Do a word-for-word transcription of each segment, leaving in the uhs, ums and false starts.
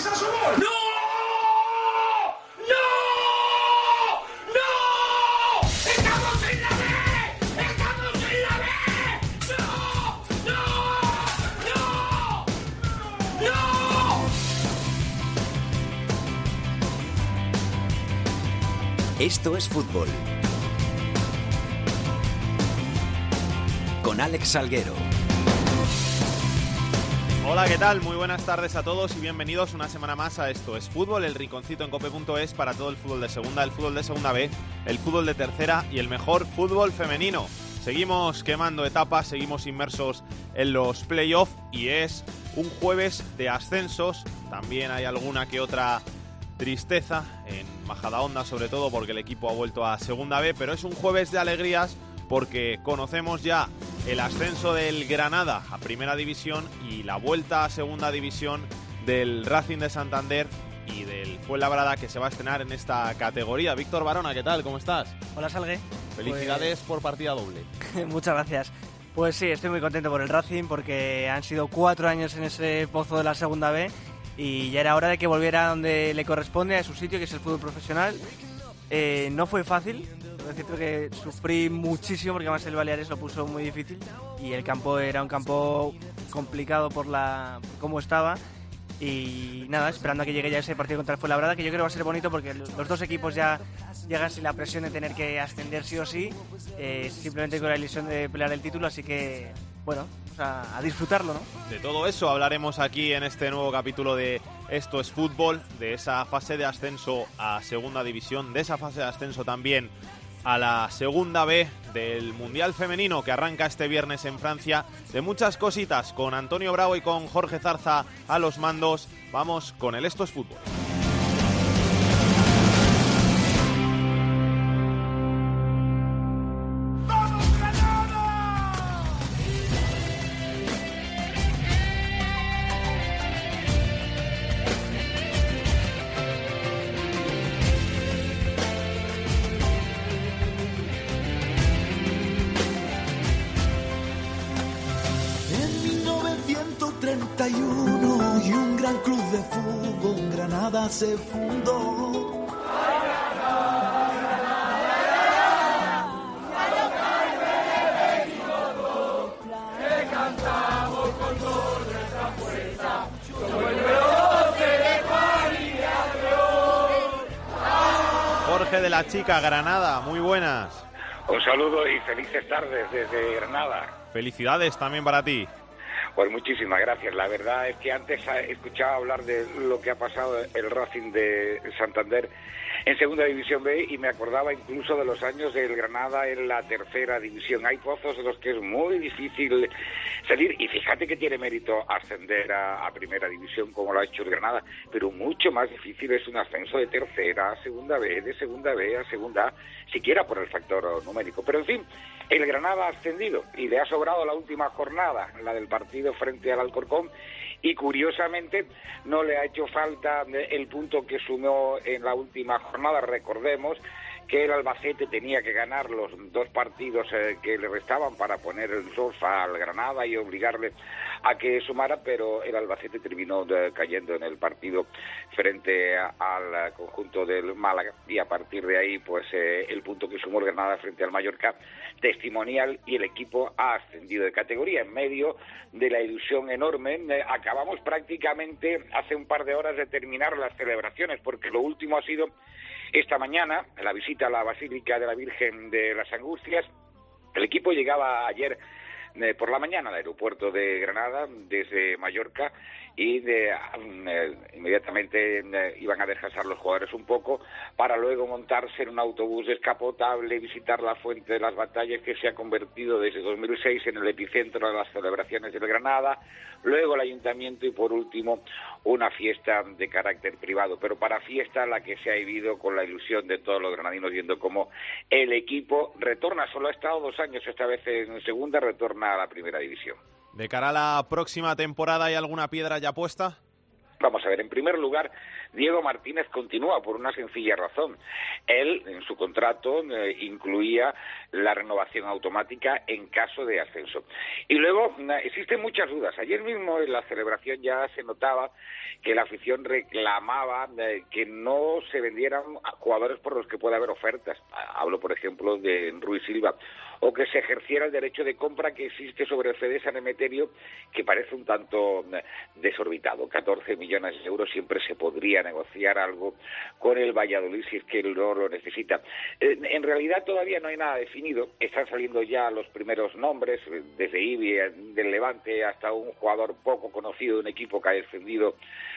a su gol. ¡No! Esto es fútbol. Con Alex Salguero. Hola, ¿qué tal? Muy buenas tardes a todos y bienvenidos una semana más a Esto es Fútbol, el rinconcito en cope punto es para todo el fútbol de segunda, el fútbol de segunda B, el fútbol de tercera y el mejor fútbol femenino. Seguimos quemando etapas, seguimos inmersos en los playoffs y es un jueves de ascensos. También hay alguna que otra tristeza en Majadahonda, sobre todo porque el equipo ha vuelto a segunda B, pero es un jueves de alegrías porque conocemos ya el ascenso del Granada a primera división y la vuelta a segunda división del Racing de Santander y del Fuenlabrada, que se va a estrenar en esta categoría. Víctor Barona, ¿qué tal? ¿Cómo estás? Hola, Salgue. Felicidades pues... por partida doble. Muchas gracias. Pues sí, estoy muy contento por el Racing porque han sido cuatro años en ese pozo de la segunda B y ya era hora de que volviera donde le corresponde, a su sitio, que es el fútbol profesional. Eh, no fue fácil, es decir, que sufrí muchísimo porque además el Baleares lo puso muy difícil y el campo era un campo complicado por la por cómo estaba. Y nada, esperando a que llegue ya ese partido contra el Fuenlabrada, que yo creo que va a ser bonito porque los dos equipos ya llegan sin la presión de tener que ascender sí o sí, eh, simplemente con la ilusión de pelear el título, así que bueno, pues a, a disfrutarlo, ¿no? De todo eso hablaremos aquí en este nuevo capítulo de Esto es Fútbol, de esa fase de ascenso a segunda división, de esa fase de ascenso también a la segunda B del Mundial Femenino que arranca este viernes en Francia, de muchas cositas con Antonio Bravo y con Jorge Zarza a los mandos. Vamos con el Esto es Fútbol. Y un gran club de fútbol en Granada se fundó. Jorge de la Chica, Granada, muy buenas. Un saludo y felices tardes desde Granada. Felicidades también para ti. Pues muchísimas gracias. La verdad es que antes escuchaba hablar de lo que ha pasado el Racing de Santander en Segunda División B y me acordaba incluso de los años del Granada en la Tercera División. Hay pozos en los que es muy difícil salir y fíjate que tiene mérito ascender a, a Primera División como lo ha hecho el Granada, pero mucho más difícil es un ascenso de Tercera a Segunda B, de Segunda B a Segunda A, siquiera por el factor numérico. Pero en fin, el Granada ha ascendido y le ha sobrado la última jornada, la del partido frente al Alcorcón, y curiosamente no le ha hecho falta el punto que sumó en la última jornada. Recordemos que el Albacete tenía que ganar los dos partidos eh, que le restaban para poner el sofá al Granada y obligarle a que sumara, pero el Albacete terminó de, cayendo en el partido frente a, al conjunto del Málaga y a partir de ahí pues eh, el punto que sumó el Granada frente al Mallorca, testimonial, y el equipo ha ascendido de categoría en medio de la ilusión enorme. Eh, acabamos prácticamente hace un par de horas de terminar las celebraciones porque lo último ha sido esta mañana, la visita a la Basílica de la Virgen de las Angustias. El equipo llegaba ayer eh, por la mañana al aeropuerto de Granada desde Mallorca y de, eh, inmediatamente eh, iban a descansar los jugadores un poco para luego montarse en un autobús descapotable, visitar la Fuente de las Batallas, que se ha convertido desde dos mil seis en el epicentro de las celebraciones del Granada, luego el ayuntamiento y por último una fiesta de carácter privado, pero para fiesta la que se ha vivido con la ilusión de todos los granadinos viendo cómo el equipo retorna, solo ha estado dos años esta vez en segunda, retorna a la primera división. De cara a la próxima temporada, ¿hay alguna piedra ya puesta? Vamos a ver, en primer lugar, Diego Martínez continúa por una sencilla razón. Él, en su contrato, eh, incluía la renovación automática en caso de ascenso. Y luego, eh, existen muchas dudas. Ayer mismo en la celebración ya se notaba que la afición reclamaba eh, que no se vendieran jugadores por los que pueda haber ofertas. Hablo, por ejemplo, de Rui Silva. O que se ejerciera el derecho de compra que existe sobre Fede San Emeterio, que parece un tanto desorbitado. catorce millones de euros, siempre se podría negociar algo con el Valladolid si es que el no lo necesita. En realidad todavía no hay nada definido, están saliendo ya los primeros nombres, desde Ibi, del Levante, hasta un jugador poco conocido de un equipo que ha descendido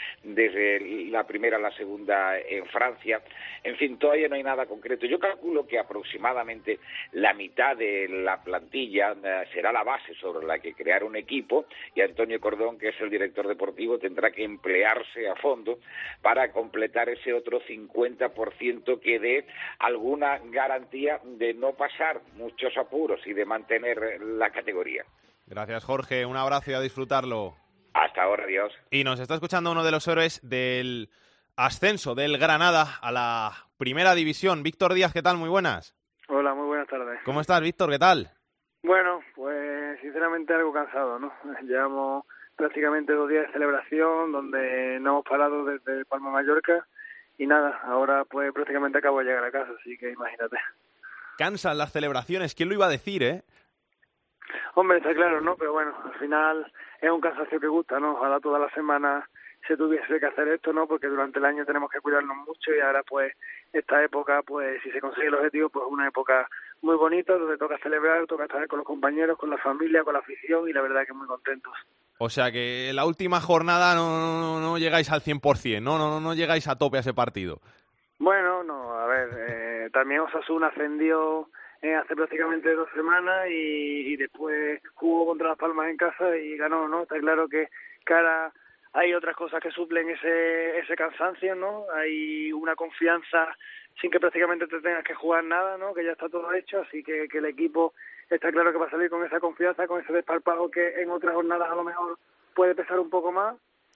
desde la primera a la segunda en Francia. En fin, todavía no hay nada concreto. Yo calculo que aproximadamente la mitad de la plantilla eh, será la base sobre la que crear un equipo, y Antonio Cordón, que es el director deportivo, tendrá que emplearse a fondo para completar ese otro cincuenta por ciento que dé alguna garantía de no pasar muchos apuros y de mantener la categoría. Gracias, Jorge. Un abrazo y a disfrutarlo. Hasta ahora, adiós. Y nos está escuchando uno de los héroes del ascenso del Granada a la primera división. Víctor Díaz, ¿qué tal? Muy buenas. Hola, muy buenas tardes. ¿Cómo estás, Víctor? ¿Qué tal? Bueno, pues sinceramente algo cansado, ¿no? Llevamos prácticamente dos días de celebración donde no hemos parado desde Palma Mallorca y nada, ahora pues prácticamente acabo de llegar a casa, así que imagínate. Cansan las celebraciones, ¿quién lo iba a decir, eh? Hombre, está claro, ¿no? Pero bueno, al final es un cansancio que gusta, ¿no? Ojalá toda la semana se tuviese que hacer esto, ¿no? Porque durante el año tenemos que cuidarnos mucho y ahora pues esta época, pues si se consigue el objetivo, pues es una época muy bonita donde toca celebrar, toca estar con los compañeros, con la familia, con la afición y la verdad que muy contentos. O sea que la última jornada no, no, no llegáis al cien por ciento, ¿no? No, no, no llegáis a tope a ese partido. Bueno, no, a ver, eh, también Osasuna ascendió eh, hace prácticamente dos semanas y, y después jugó contra Las Palmas en casa y ganó, ¿no? Está claro que cara hay otras cosas que suplen ese ese cansancio, ¿no? Hay una confianza sin que prácticamente te tengas que jugar nada, ¿no? Que ya está todo hecho, así que, que el equipo está claro que va a salir con esa confianza, con ese desparpajo que en otras jornadas a lo mejor puede pesar un poco más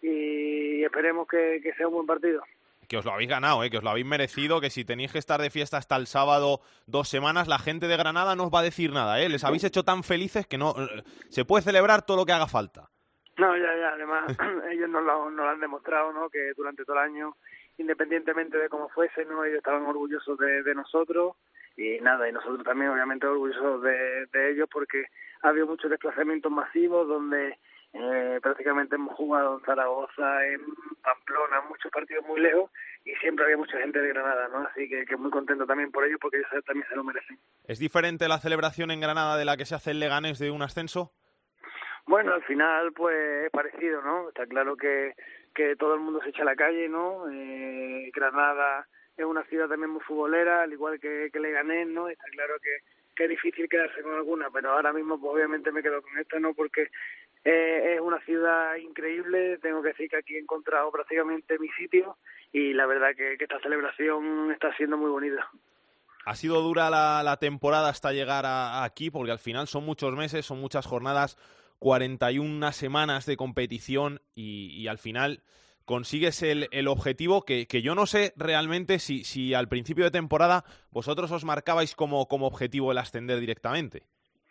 y esperemos que, que sea un buen partido. Que os lo habéis ganado, ¿eh? Que os lo habéis merecido, que si tenéis que estar de fiesta hasta el sábado dos semanas, la gente de Granada no os va a decir nada, ¿eh? Les habéis hecho tan felices que no se puede celebrar todo lo que haga falta. No, ya, ya, además ellos nos lo, nos lo han demostrado, ¿no? Que durante todo el año, independientemente de cómo fuese, ¿no? Ellos estaban orgullosos de, de nosotros y nada, y nosotros también obviamente orgullosos de, de ellos porque ha habido muchos desplazamientos masivos donde eh, prácticamente hemos jugado en Zaragoza, en Pamplona, muchos partidos muy lejos y siempre había mucha gente de Granada, ¿no? Así que, que muy contento también por ellos porque ellos también se lo merecen. ¿Es diferente la celebración en Granada de la que se hace en Leganés de un ascenso? Bueno, al final pues es parecido, ¿no? Está claro que, que todo el mundo se echa a la calle, ¿no? Eh, Granada es una ciudad también muy futbolera, al igual que, que Leganés, ¿no? Está claro que, que es difícil quedarse con alguna, pero ahora mismo pues obviamente me quedo con esta, ¿no? Porque eh, es una ciudad increíble, tengo que decir que aquí he encontrado prácticamente mi sitio y la verdad que, que esta celebración está siendo muy bonita. Ha sido dura la, la temporada hasta llegar a, a aquí, porque al final son muchos meses, son muchas jornadas, cuarenta y una semanas de competición y, y al final consigues el, el objetivo que, que yo no sé realmente si, si al principio de temporada vosotros os marcabais como, como objetivo el ascender directamente.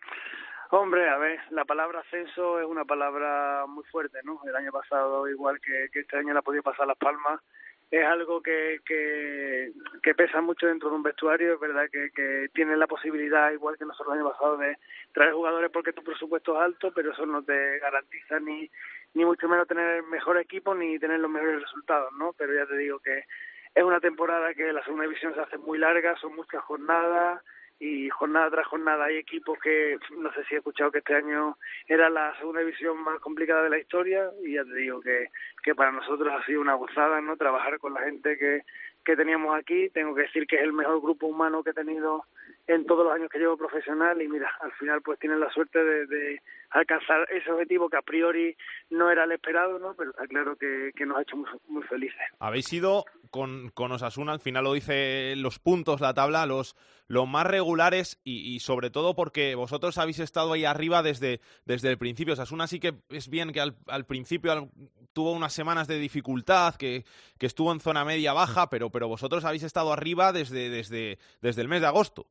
Hombre, a ver, la palabra ascenso es una palabra muy fuerte, ¿no? El año pasado, igual que, que este año la ha podido pasar Las Palmas, es algo que, que, que pesa mucho dentro de un vestuario, es verdad que, que tienen la posibilidad, igual que nosotros el año pasado, de traer jugadores porque tu presupuesto es alto, pero eso no te garantiza ni, ni mucho menos tener el mejor equipo ni tener los mejores resultados, ¿no? Pero ya te digo que es una temporada que la segunda división se hace muy larga, son muchas jornadas, y jornada tras jornada hay equipos que, no sé si he escuchado que este año era la segunda división más complicada de la historia y ya te digo que, que para nosotros ha sido una gozada, ¿no? Trabajar con la gente que, que teníamos aquí. Tengo que decir que es el mejor grupo humano que he tenido en todos los años que llevo profesional y mira, al final pues tienen la suerte de, de alcanzar ese objetivo que a priori no era el esperado, ¿no? Pero está claro que, que nos ha hecho muy, muy felices. Habéis sido con, con Osasuna, al final lo dice los puntos, la tabla, los, los más regulares y, y sobre todo porque vosotros habéis estado ahí arriba desde, desde el principio. Osasuna sí que es bien que al, al principio al, tuvo unas semanas de dificultad, que, que estuvo en zona media-baja, pero, pero vosotros habéis estado arriba desde, desde, desde el mes de agosto.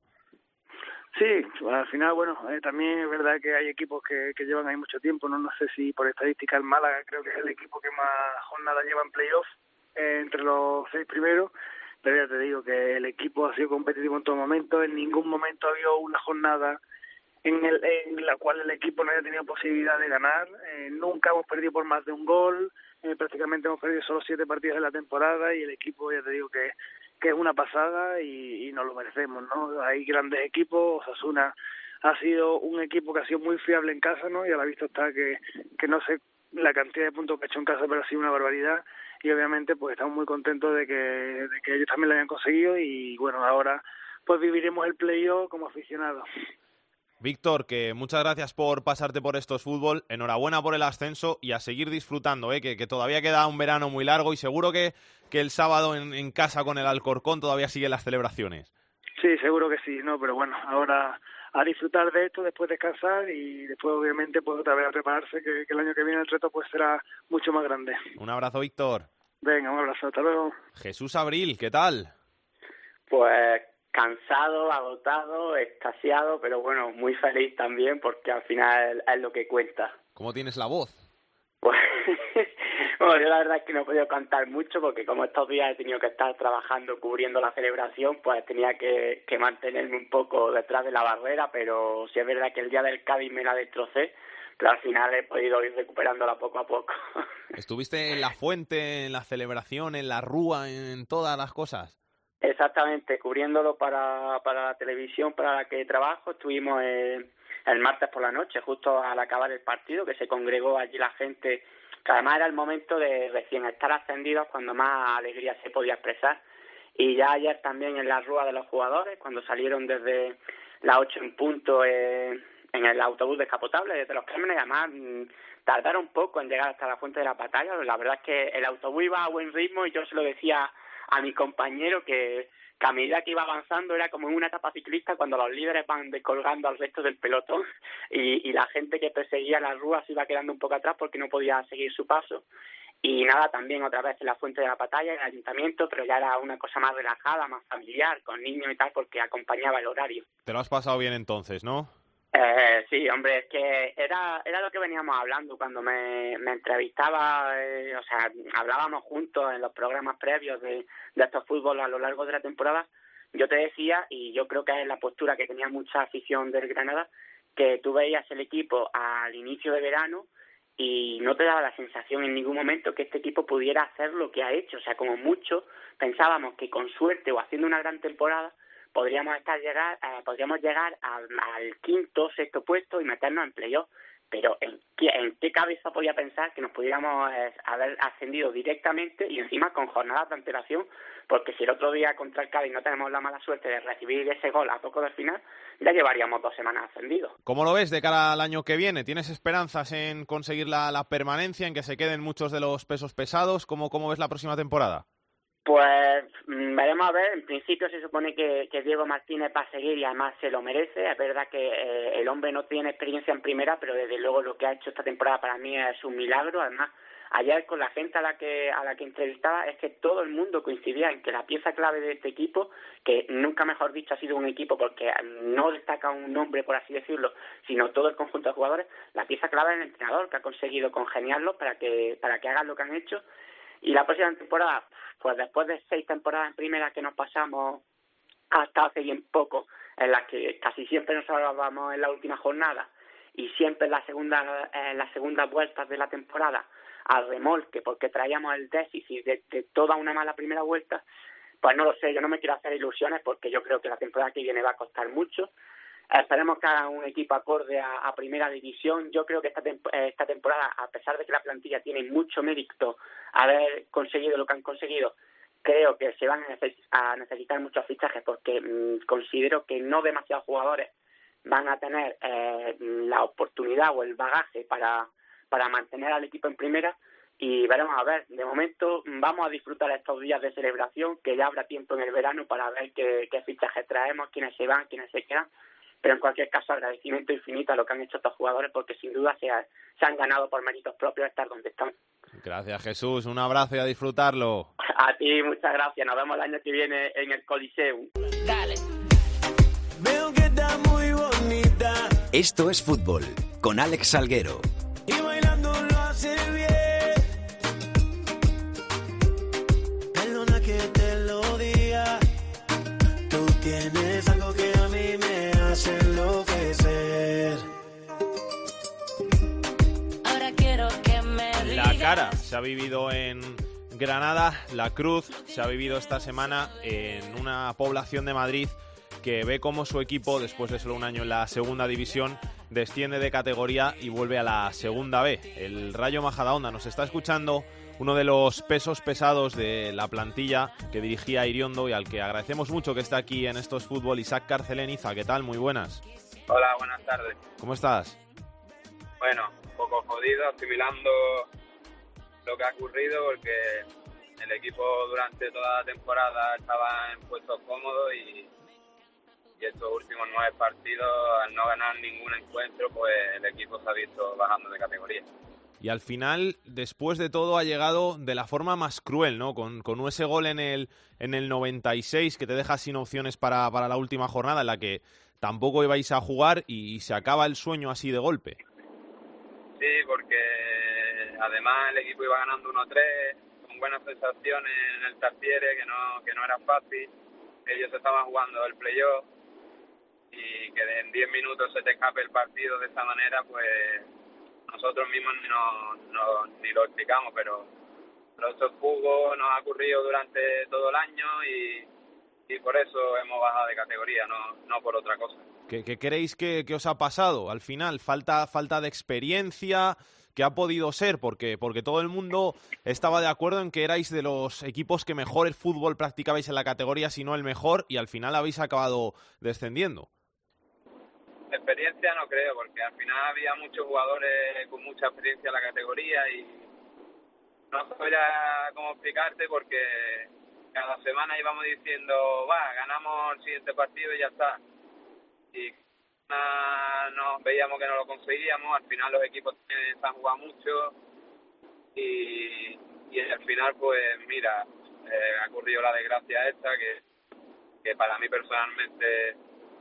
Sí, al final, bueno, eh, también es verdad que hay equipos que, que llevan ahí mucho tiempo, no no sé si por estadística el Málaga creo que es el equipo que más jornadas lleva en playoff eh, entre los seis primeros, pero ya te digo que el equipo ha sido competitivo en todo momento, en ningún momento ha habido una jornada en, el, en la cual el equipo no haya tenido posibilidad de ganar, eh, nunca hemos perdido por más de un gol, eh, prácticamente hemos perdido solo siete partidos en la temporada y el equipo, ya te digo que que es una pasada y, y nos lo merecemos, ¿no? Hay grandes equipos, Osasuna ha sido un equipo que ha sido muy fiable en casa, ¿no? Y a la vista está que, que no sé la cantidad de puntos que ha hecho en casa, pero ha sido una barbaridad y obviamente pues estamos muy contentos de que, de que ellos también lo hayan conseguido y bueno, ahora pues viviremos el playoff como aficionados. Víctor, que muchas gracias por pasarte por Esto es Fútbol, enhorabuena por el ascenso y a seguir disfrutando, ¿eh? que, que todavía queda un verano muy largo y seguro que, que el sábado en, en casa con el Alcorcón todavía siguen las celebraciones. Sí, seguro que sí, no, pero bueno, ahora a disfrutar de esto, después descansar y después obviamente pues otra vez a prepararse, que, que el año que viene el reto pues será mucho más grande. Un abrazo, Víctor. Venga, un abrazo, hasta luego. Jesús Abril, ¿qué tal? Pues cansado, agotado, extasiado, pero bueno, muy feliz también porque al final es lo que cuenta. ¿Cómo tienes la voz? Pues bueno, yo la verdad es que no he podido cantar mucho porque como estos días he tenido que estar trabajando, cubriendo la celebración, pues tenía que, que mantenerme un poco detrás de la barrera, pero sí es verdad que el día del Cádiz me la destrocé, pero al final he podido ir recuperándola poco a poco. ¿Estuviste en la fuente, en la celebración, en la rúa, en todas las cosas? Exactamente, cubriéndolo para, para la televisión para la que trabajo. Estuvimos el, el martes por la noche, justo al acabar el partido, que se congregó allí la gente, que además era el momento de recién estar ascendidos cuando más alegría se podía expresar. Y ya ayer también en la rúa de los jugadores, cuando salieron desde las ocho en punto eh, en el autobús descapotable desde Los Cármenes, además mmm, tardaron un poco en llegar hasta la Fuente de la Batalla. La verdad es que el autobús iba a buen ritmo y yo se lo decía a mi compañero que, que a medida que iba avanzando era como en una etapa ciclista cuando los líderes van descolgando al resto del pelotón y, y la gente que perseguía las rúas se iba quedando un poco atrás porque no podía seguir su paso. Y nada, también otra vez en la Fuente de la Batalla, en el ayuntamiento, pero ya era una cosa más relajada, más familiar, con niños y tal, porque acompañaba el horario. Te lo has pasado bien entonces, ¿no? Eh, sí, hombre, es que era era lo que veníamos hablando cuando me, me entrevistaba, eh, o sea, hablábamos juntos en los programas previos de, de estos fútbol a lo largo de la temporada. Yo te decía, y yo creo que es la postura que tenía mucha afición del Granada, que tú veías el equipo al inicio de verano y no te daba la sensación en ningún momento que este equipo pudiera hacer lo que ha hecho. O sea, como mucho pensábamos que con suerte o haciendo una gran temporada podríamos estar llegar eh, podríamos llegar al, al quinto, sexto puesto y meternos en playoff, pero ¿en qué, en qué cabeza podía pensar que nos pudiéramos eh, haber ascendido directamente y encima con jornadas de antelación? Porque si el otro día contra el Cádiz no tenemos la mala suerte de recibir ese gol a poco del final, ya llevaríamos dos semanas ascendidos. ¿Cómo lo ves de cara al año que viene? ¿Tienes esperanzas en conseguir la, la permanencia, en que se queden muchos de los pesos pesados? ¿Cómo, cómo ves la próxima temporada? Pues veremos a ver. En principio se supone que, que Diego Martínez va a seguir y además se lo merece. Es verdad que eh, el hombre no tiene experiencia en primera, pero desde luego lo que ha hecho esta temporada para mí es un milagro. Además, ayer con la gente a la que a la que entrevistaba es que todo el mundo coincidía en que la pieza clave de este equipo, que nunca mejor dicho ha sido un equipo porque no destaca un nombre por así decirlo, sino todo el conjunto de jugadores, la pieza clave es el entrenador que ha conseguido congeniarlos para que para que hagan lo que han hecho. Y la próxima temporada, pues después de seis temporadas en primera que nos pasamos hasta hace bien poco, en las que casi siempre nos salvábamos en la última jornada y siempre en la segunda, en las segundas vueltas de la temporada al remolque porque traíamos el déficit de, de toda una mala primera vuelta, pues no lo sé, yo no me quiero hacer ilusiones porque yo creo que la temporada que viene va a costar mucho. Esperemos que haga un equipo acorde a, a primera división. Yo creo que esta, temp- esta temporada, a pesar de que la plantilla tiene mucho mérito haber conseguido lo que han conseguido, creo que se van a necesitar muchos fichajes porque mmm, considero que no demasiados jugadores van a tener eh, la oportunidad o el bagaje para, para mantener al equipo en primera. Y veremos a ver, de momento vamos a disfrutar estos días de celebración, que ya habrá tiempo en el verano para ver qué, qué fichajes traemos, quiénes se van, quiénes se quedan. Pero en cualquier caso, agradecimiento infinito a lo que han hecho estos jugadores, porque sin duda se, ha, se han ganado por méritos propios estar donde están. Gracias, Jesús. Un abrazo y a disfrutarlo. A ti, muchas gracias. Nos vemos el año que viene en el Coliseum. Dale. Veo que está muy bonita. Esto es fútbol, con Alex Salguero. Y bailando lo hace bien. Perdona que te lo diga. Tú tienes algo que a mí me hace enloquecer. Ahora quiero que me La cara se ha vivido en Granada, la cruz se ha vivido esta semana en una población de Madrid que ve cómo su equipo, después de solo un año en la segunda división, desciende de categoría y vuelve a la segunda B. El Rayo Majadahonda nos está escuchando uno de los pesos pesados de la plantilla que dirigía Iriondo y al que agradecemos mucho que está aquí en Esto es Fútbol, Isaac Carceleniza. ¿Qué tal? Muy buenas. Hola, buenas tardes. ¿Cómo estás? Bueno, un poco jodido, asimilando lo que ha ocurrido porque el equipo durante toda la temporada estaba en puestos cómodos y, y estos últimos nueve partidos, al no ganar ningún encuentro, pues el equipo se ha visto bajando de categoría. Y al final, después de todo, ha llegado de la forma más cruel, ¿no? Con, con ese gol en el, en el noventa y seis que te deja sin opciones para, para la última jornada, en la que tampoco ibais a jugar y, y se acaba el sueño así de golpe. Sí, porque además el equipo iba ganando uno tres, con buenas sensaciones en el Tartiere, que no, que no era fácil. Ellos estaban jugando el playoff y que en diez minutos se te escape el partido de esa manera, pues nosotros mismos no, no, ni lo explicamos, pero, pero esto es fútbol, nos ha ocurrido durante todo el año y, y por eso hemos bajado de categoría, no, no por otra cosa. ¿Qué, qué creéis que, que os ha pasado al final? ¿Falta, falta de experiencia? ¿Qué ha podido ser? Porque, porque todo el mundo estaba de acuerdo en que erais de los equipos que mejor el fútbol practicabais en la categoría, si no el mejor, y al final habéis acabado descendiendo. Experiencia no creo, porque al final había muchos jugadores con mucha experiencia en la categoría y no sabía cómo explicarte porque cada semana íbamos diciendo, va, ganamos el siguiente partido y ya está. Y no, veíamos que no lo conseguíamos, al final los equipos se han jugado mucho y, y al final pues mira, eh, ha ocurrido la desgracia esta que, que para mí personalmente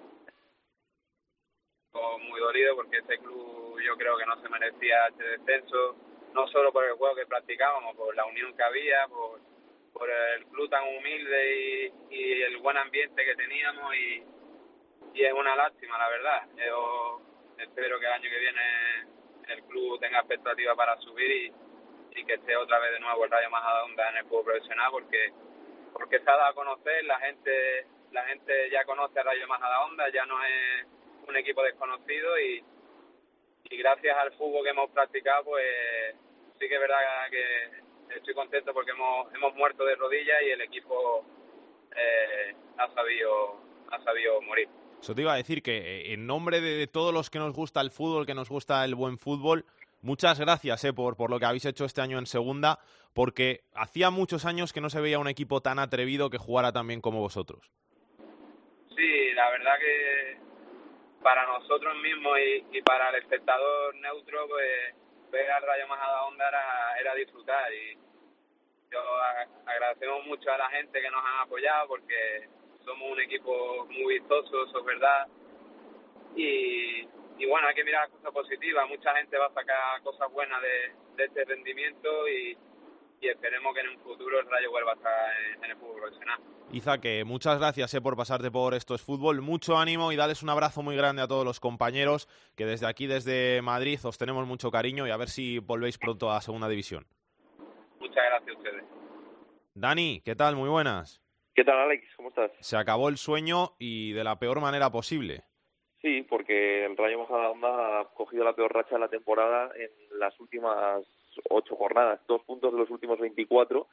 muy dolido porque este club yo creo que no se merecía este descenso, no solo por el juego que practicábamos, por la unión que había, por, por el club tan humilde y, y el buen ambiente que teníamos y, y es una lástima la verdad. Yo espero que el año que viene el club tenga expectativas para subir y, y que esté otra vez de nuevo el Rayo Majadahonda en el fútbol profesional porque porque se ha dado a conocer, la gente la gente ya conoce al Rayo Majadahonda, ya no es un equipo desconocido y, y gracias al fútbol que hemos practicado pues sí que es verdad que estoy contento porque hemos hemos muerto de rodillas y el equipo eh, ha sabido ha sabido morir. Eso te iba a decir que en nombre de, de todos los que nos gusta el fútbol, que nos gusta el buen fútbol, muchas gracias eh, por, por lo que habéis hecho este año en segunda, porque hacía muchos años que no se veía un equipo tan atrevido que jugara tan bien como vosotros. Sí, la verdad que para nosotros mismos y, y para el espectador neutro, pues ver al Rayo Majadahonda era, era disfrutar y yo agradecemos mucho a la gente que nos ha apoyado porque somos un equipo muy vistoso, eso es verdad y, y bueno, hay que mirar las cosas positivas, mucha gente va a sacar cosas buenas de, de este rendimiento y, y esperemos que en un futuro el Rayo vuelva a estar en, en el fútbol profesional. Isaac, que muchas gracias eh, por pasarte por Esto es Fútbol, mucho ánimo y dales un abrazo muy grande a todos los compañeros que desde aquí, desde Madrid, os tenemos mucho cariño y a ver si volvéis pronto a Segunda División. Muchas gracias a ustedes. Dani, ¿qué tal? Muy buenas. ¿Qué tal, Alex? ¿Cómo estás? Se acabó el sueño y de la peor manera posible. Sí, porque el Rayo Majadahonda ha cogido la peor racha de la temporada en las últimas ocho jornadas, dos puntos de los últimos veinticuatro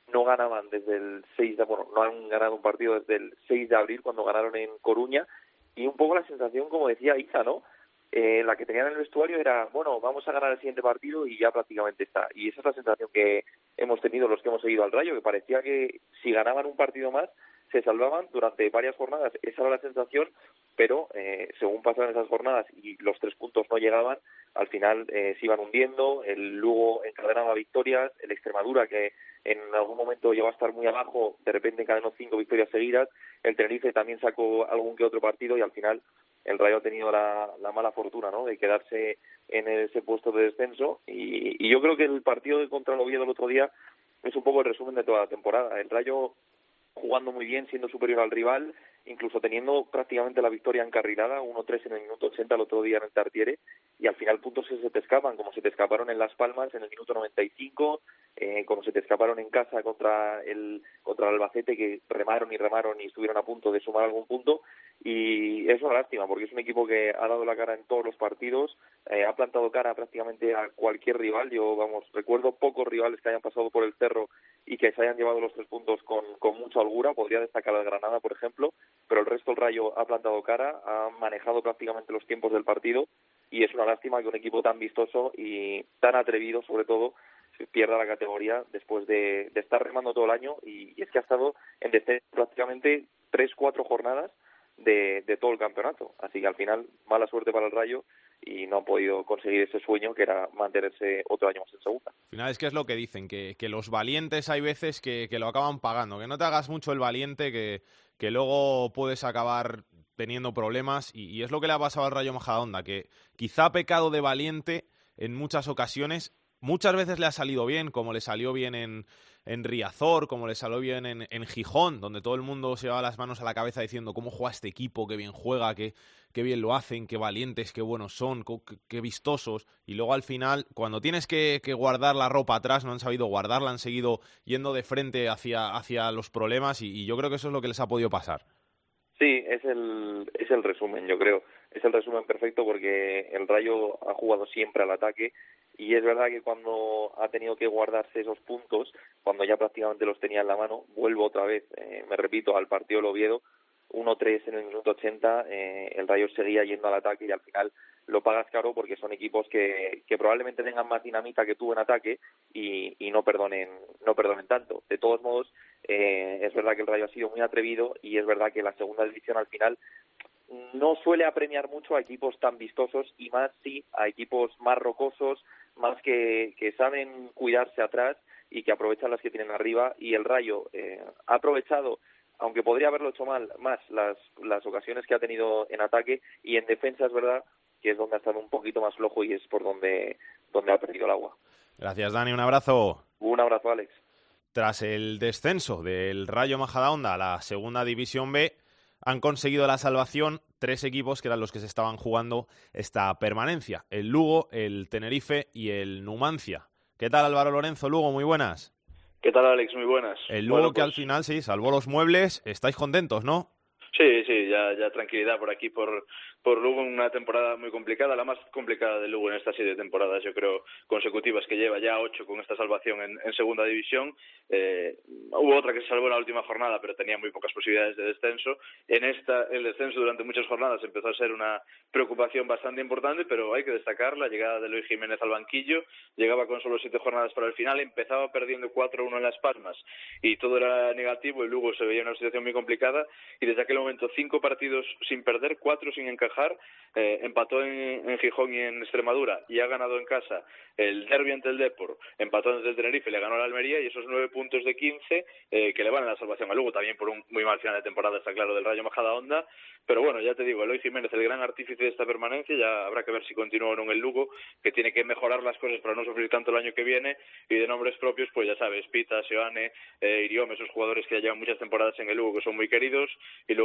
no ganaban desde el seis de, bueno, no han ganado un partido desde el seis de abril cuando ganaron en Coruña, y un poco la sensación, como decía Iza, ¿no? Eh, la que tenían en el vestuario era, bueno, vamos a ganar el siguiente partido y ya prácticamente está. Y esa es la sensación que hemos tenido los que hemos seguido al Rayo, que parecía que si ganaban un partido más se salvaban durante varias jornadas. Esa era la sensación, pero eh, según pasaban esas jornadas y los tres puntos no llegaban, al final eh, se iban hundiendo. El Lugo encadenaba victorias, el Extremadura, que en algún momento llegó a estar muy abajo, de repente encadenó cinco victorias seguidas. El Tenerife también sacó algún que otro partido y al final el Rayo ha tenido la, la mala fortuna, ¿no?, de quedarse en ese puesto de descenso. Y, y yo creo que el partido contra el Oviedo el otro día es un poco el resumen de toda la temporada. El Rayo jugando muy bien, siendo superior al rival, incluso teniendo prácticamente la victoria encarrilada, uno tres en el minuto ochenta el otro día en el Tartiere, y al final puntos que se te escapan, como se te escaparon en Las Palmas en el minuto noventa y cinco, eh, como se te escaparon en casa contra el contra el Albacete, que remaron y remaron y estuvieron a punto de sumar algún punto. Y es una lástima porque es un equipo que ha dado la cara en todos los partidos, eh, ha plantado cara prácticamente a cualquier rival. Yo, vamos, recuerdo pocos rivales que hayan pasado por el Cerro y que se hayan llevado los tres puntos con, con mucha holgura. Podría destacar al Granada, por ejemplo, pero el resto el Rayo ha plantado cara, ha manejado prácticamente los tiempos del partido, y es una lástima que un equipo tan vistoso y tan atrevido, sobre todo, pierda la categoría después de, de estar remando todo el año, y, y es que ha estado en descenso prácticamente tres, cuatro jornadas de, de todo el campeonato. Así que al final, mala suerte para el Rayo y no ha podido conseguir ese sueño que era mantenerse otro año más en segunda. Al final es que es lo que dicen, que, que los valientes hay veces que, que lo acaban pagando, que no te hagas mucho el valiente, que, que luego puedes acabar teniendo problemas, y, y es lo que le ha pasado al Rayo Majadahonda, que quizá ha pecado de valiente en muchas ocasiones. Muchas veces le ha salido bien, como le salió bien en, en Riazor, como le salió bien en, en Gijón, donde todo el mundo se llevaba las manos a la cabeza diciendo cómo juega este equipo, qué bien juega, qué, qué bien lo hacen, qué valientes, qué buenos son, qué, qué vistosos. Y luego al final, cuando tienes que, que guardar la ropa atrás, no han sabido guardarla, han seguido yendo de frente hacia, hacia los problemas, y, y yo creo que eso es lo que les ha podido pasar. Sí, es el, es el resumen, yo creo. Es el resumen perfecto porque el Rayo ha jugado siempre al ataque, y es verdad que cuando ha tenido que guardarse esos puntos, cuando ya prácticamente los tenía en la mano, vuelvo otra vez, eh, me repito, al partido del Oviedo, uno tres en el minuto ochenta, eh, el Rayo seguía yendo al ataque y al final lo pagas caro porque son equipos que, que probablemente tengan más dinamita que tú en ataque y, y no perdonen no perdonen tanto. De todos modos, eh, es verdad que el Rayo ha sido muy atrevido, y es verdad que la segunda división al final no suele apremiar mucho a equipos tan vistosos, y más sí a equipos más rocosos, más que, que saben cuidarse atrás y que aprovechan las que tienen arriba. Y el Rayo eh, ha aprovechado, aunque podría haberlo hecho mal, más las, las ocasiones que ha tenido en ataque, y en defensa es verdad que es donde ha estado un poquito más flojo y es por donde, donde ha perdido el agua. Gracias, Dani, un abrazo. Un abrazo, Alex. Tras el descenso del Rayo Majadahonda a la Segunda División B, han conseguido la salvación tres equipos que eran los que se estaban jugando esta permanencia: el Lugo, el Tenerife y el Numancia. ¿Qué tal, Álvaro Lorenzo? Lugo, muy buenas. ¿Qué tal, Alex? Muy buenas. El Lugo, bueno, pues, que al final sí, salvó los muebles. Estáis contentos, ¿no? Sí, sí, ya, ya tranquilidad por aquí, por, por Lugo, una temporada muy complicada, la más complicada de Lugo en estas siete temporadas, yo creo, consecutivas que lleva, ya ocho con esta salvación en, en segunda división. Eh, hubo otra que se salvó en la última jornada, pero tenía muy pocas posibilidades de descenso. En esta, el descenso durante muchas jornadas empezó a ser una preocupación bastante importante, pero hay que destacar la llegada de Luis Jiménez al banquillo. Llegaba con solo siete jornadas para el final, empezaba perdiendo cuatro uno en Las Palmas y todo era negativo, y Lugo se veía en una situación muy complicada, y desde aquel momento cinco partidos sin perder, cuatro sin encajar, eh, empató en, en Gijón y en Extremadura, y ha ganado en casa el derbi ante el Depor, empató ante el Tenerife, le ganó a la Almería, y esos nueve puntos de quince eh, que le van a la salvación a Lugo, también por un muy mal final de temporada, está claro, del Rayo Majadahonda. Pero bueno, ya te digo, Eloy Jiménez, el gran artífice de esta permanencia, ya habrá que ver si continúa o no en el Lugo, que tiene que mejorar las cosas para no sufrir tanto el año que viene. Y de nombres propios, pues ya sabes, Pita, Seoane, eh, Iriome, esos jugadores que ya llevan muchas temporadas en el Lugo, que son muy queridos. Y luego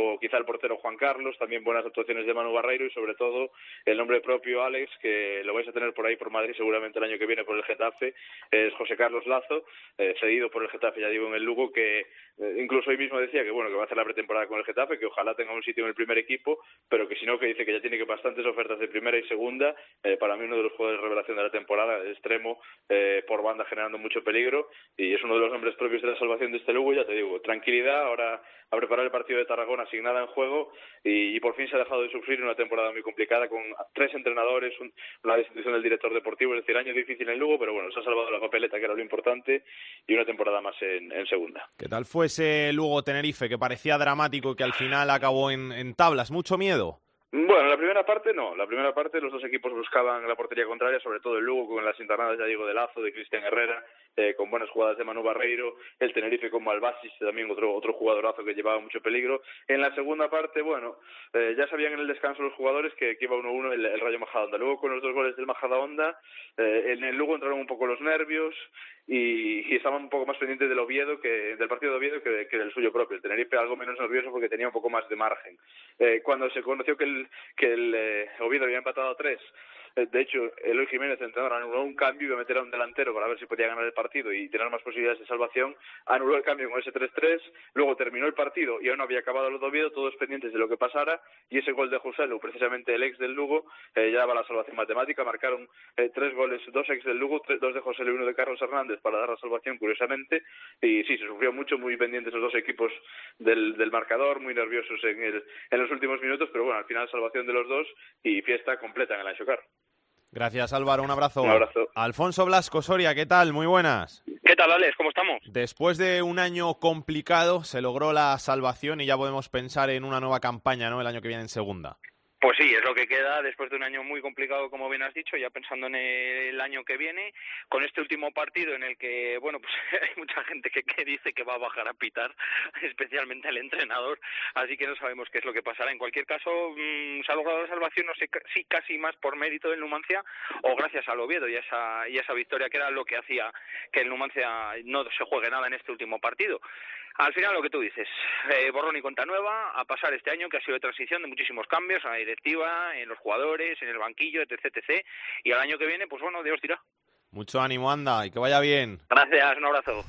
luego quizá el portero Juan Carlos, también buenas actuaciones de Manu Barreiro y sobre todo el nombre propio Alex, que lo vais a tener por ahí por Madrid seguramente el año que viene por el Getafe, es José Carlos Lazo, eh, cedido por el Getafe, ya digo, en el Lugo, que eh, incluso hoy mismo decía que bueno, que va a hacer la pretemporada con el Getafe, que ojalá tenga un sitio en el primer equipo, pero que si no, que dice que ya tiene que bastantes ofertas de primera y segunda. Eh, para mí uno de los jugadores de revelación de la temporada, de extremo, eh, por banda generando mucho peligro, y es uno de los nombres propios de la salvación de este Lugo. Ya te digo, tranquilidad, ahora a preparar el partido de Tarragona sin nada en juego, y, y por fin se ha dejado de sufrir una temporada muy complicada con tres entrenadores, un, una destitución del director deportivo, es decir, año difícil en Lugo, pero bueno, se ha salvado la papeleta, que era lo importante, y una temporada más en, en segunda. ¿Qué tal fue ese Lugo-Tenerife, que parecía dramático y que al final acabó en, en tablas? ¿Mucho miedo? Bueno, la primera parte no. La primera parte los dos equipos buscaban la portería contraria, sobre todo el Lugo con las internadas, ya digo, de Lazo, de Cristian Herrera, eh, con buenas jugadas de Manu Barreiro, el Tenerife con Malbasis, también otro otro jugadorazo que llevaba mucho peligro. En la segunda parte, bueno, eh, ya sabían en el descanso los jugadores que, que iba uno uno el, el Rayo Majadahonda. Luego con los dos goles del Majadahonda, eh, en el Lugo entraron un poco los nervios y, y estaban un poco más pendientes del Oviedo, que del partido de Oviedo que, que del suyo propio. El Tenerife algo menos nervioso porque tenía un poco más de margen. Eh, cuando se conoció que el que el eh, Oviedo había empatado a tres, eh, de hecho Eloy Jiménez, entrenador, anuló un cambio y iba a meter a un delantero para ver si podía ganar el partido y tener más posibilidades de salvación. Anuló el cambio con ese tres tres, luego terminó el partido y aún no había acabado el de Oviedo, todos pendientes de lo que pasara, y ese gol de Joselu, precisamente el ex del Lugo, eh, ya daba la salvación matemática. Marcaron eh, tres goles, dos ex del Lugo, tres, dos de Joselu y uno de Carlos Hernández para dar la salvación, curiosamente, y sí, se sufrió mucho, muy pendientes los dos equipos del, del marcador, muy nerviosos en, el, en los últimos minutos, pero bueno, al final salvación de los dos y fiesta completa en el Anxo Carro. Gracias, Álvaro, un abrazo. Un abrazo. Alfonso Blasco Soria, ¿qué tal? Muy buenas. ¿Qué tal, Alex? ¿Cómo estamos? Después de un año complicado se logró la salvación y ya podemos pensar en una nueva campaña, ¿no?, el año que viene en segunda. Pues sí, es lo que queda después de un año muy complicado, como bien has dicho, ya pensando en el año que viene, con este último partido en el que, bueno, pues hay mucha gente que, que dice que va a bajar a pitar, especialmente el entrenador, así que no sabemos qué es lo que pasará. En cualquier caso, mmm, se ha logrado la salvación, no sé si casi más por mérito del Numancia o gracias al Oviedo y a esa, y esa victoria que era lo que hacía que el Numancia no se juegue nada en este último partido. Al final, lo que tú dices, eh, borrón y cuenta nueva, a pasar este año que ha sido de transición, de muchísimos cambios en la directiva, en los jugadores, en el banquillo, etc, etcétera. Y al año que viene, pues bueno, Dios dirá. Mucho ánimo, anda, y que vaya bien. Gracias, un abrazo.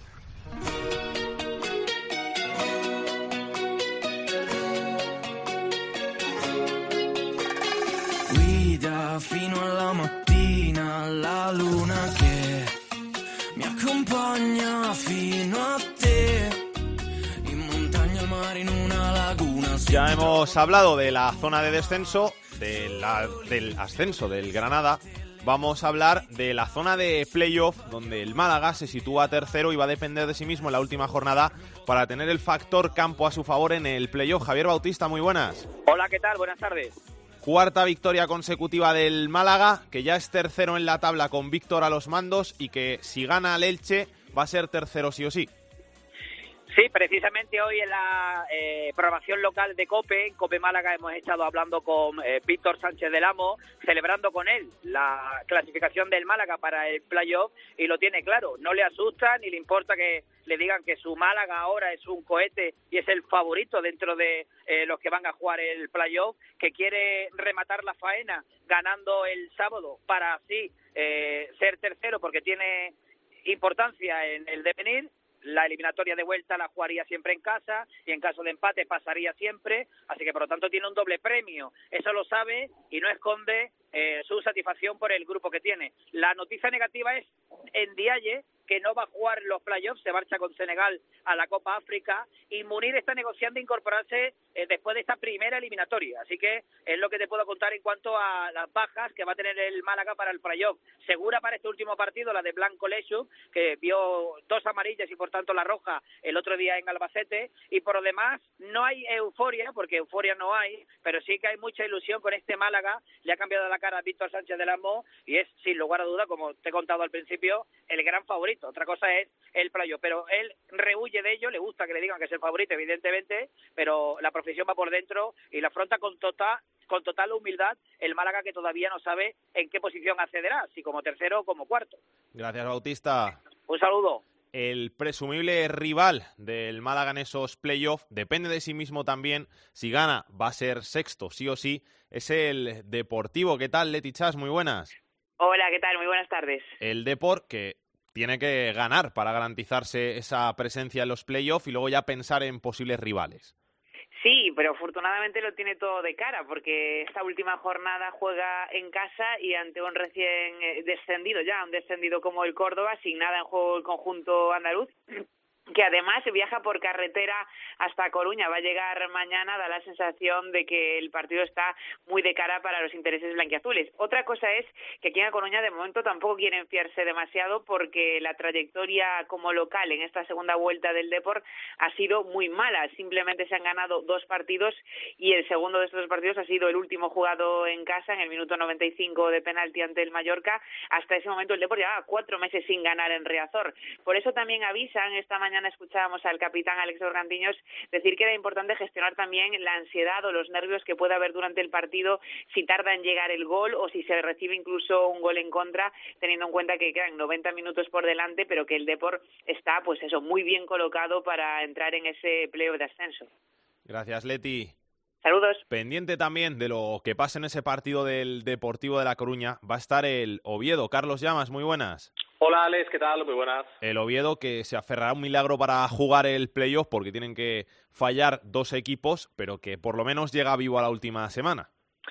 Guida fino alla mattina la luna che mi accompagna fino a te. Ya hemos hablado de la zona de descenso, de la, del ascenso del Granada. Vamos a hablar de la zona de playoff, donde el Málaga se sitúa tercero y va a depender de sí mismo en la última jornada para tener el factor campo a su favor en el playoff. Javier Bautista, muy buenas. Hola, ¿qué tal? Buenas tardes. Cuarta victoria consecutiva del Málaga, que ya es tercero en la tabla con Víctor a los mandos y que si gana al Elche va a ser tercero sí o sí. Sí, precisamente hoy en la eh, programación local de COPE, en COPE Málaga, hemos estado hablando con eh, Víctor Sánchez del Amo, celebrando con él la clasificación del Málaga para el playoff, y lo tiene claro, no le asusta ni le importa que le digan que su Málaga ahora es un cohete y es el favorito dentro de eh, los que van a jugar el playoff, que quiere rematar la faena ganando el sábado para así eh, ser tercero porque tiene importancia en el devenir. La eliminatoria de vuelta la jugaría siempre en casa y en caso de empate pasaría siempre, así que por lo tanto tiene un doble premio. Eso lo sabe y no esconde eh, su satisfacción por el grupo que tiene. La noticia negativa es Ndiaye, que no va a jugar los playoffs, se marcha con Senegal a la Copa África, y Munir está negociando incorporarse eh, después de esta primera eliminatoria, así que es lo que te puedo contar en cuanto a las bajas que va a tener el Málaga para el playoff. Segura para este último partido la de Blanco Lechu, que vio dos amarillas y por tanto la roja el otro día en Albacete, y por lo demás no hay euforia, porque euforia no hay, pero sí que hay mucha ilusión con este Málaga. Le ha cambiado la cara a Víctor Sánchez del Amo y es, sin lugar a duda, como te he contado al principio, el gran favorito. Otra cosa es el playoff, pero él rehuye de ello, le gusta que le digan que es el favorito, evidentemente, pero la profesión va por dentro y la afronta con total, con total humildad el Málaga, que todavía no sabe en qué posición accederá, si como tercero o como cuarto. Gracias, Bautista. Un saludo. el presumible rival del Málaga en esos playoffs, depende de sí mismo también. Si gana, va a ser sexto, sí o sí. Es el Deportivo. ¿Qué tal, Leti Chas? Muy buenas. Hola, ¿qué tal? Muy buenas tardes. El Depor, que tiene que ganar para garantizarse esa presencia en los playoffs y luego ya pensar en posibles rivales. Sí, pero afortunadamente lo tiene todo de cara, porque esta última jornada juega en casa y ante un recién descendido ya, un descendido como el Córdoba, sin nada en juego el conjunto andaluz, que además viaja por carretera hasta Coruña. Va a llegar mañana, da la sensación de que el partido está muy de cara para los intereses blanquiazules. Otra cosa es que aquí en Coruña de momento tampoco quieren fiarse demasiado, porque la trayectoria como local en esta segunda vuelta del Depor ha sido muy mala. Simplemente se han ganado dos partidos y el segundo de estos dos partidos ha sido el último jugado en casa en el minuto noventa y cinco de penalti ante el Mallorca. Hasta ese momento el Depor llevaba cuatro meses sin ganar en Riazor. Por eso también avisan esta mañana. Escuchábamos al capitán Alex Organtiños decir que era importante gestionar también la ansiedad o los nervios que pueda haber durante el partido si tarda en llegar el gol o si se recibe incluso un gol en contra, teniendo en cuenta que quedan noventa minutos por delante, pero que el Depor está, pues eso, muy bien colocado para entrar en ese playoff de ascenso. Gracias, Leti. Saludos. Pendiente también de lo que pase en ese partido del Deportivo de La Coruña va a estar el Oviedo. Carlos Llamas, muy buenas. Hola Alex, ¿qué tal? Muy buenas. El Oviedo, que se aferrará a un milagro para jugar el playoff porque tienen que fallar dos equipos, pero que por lo menos llega vivo a la última semana.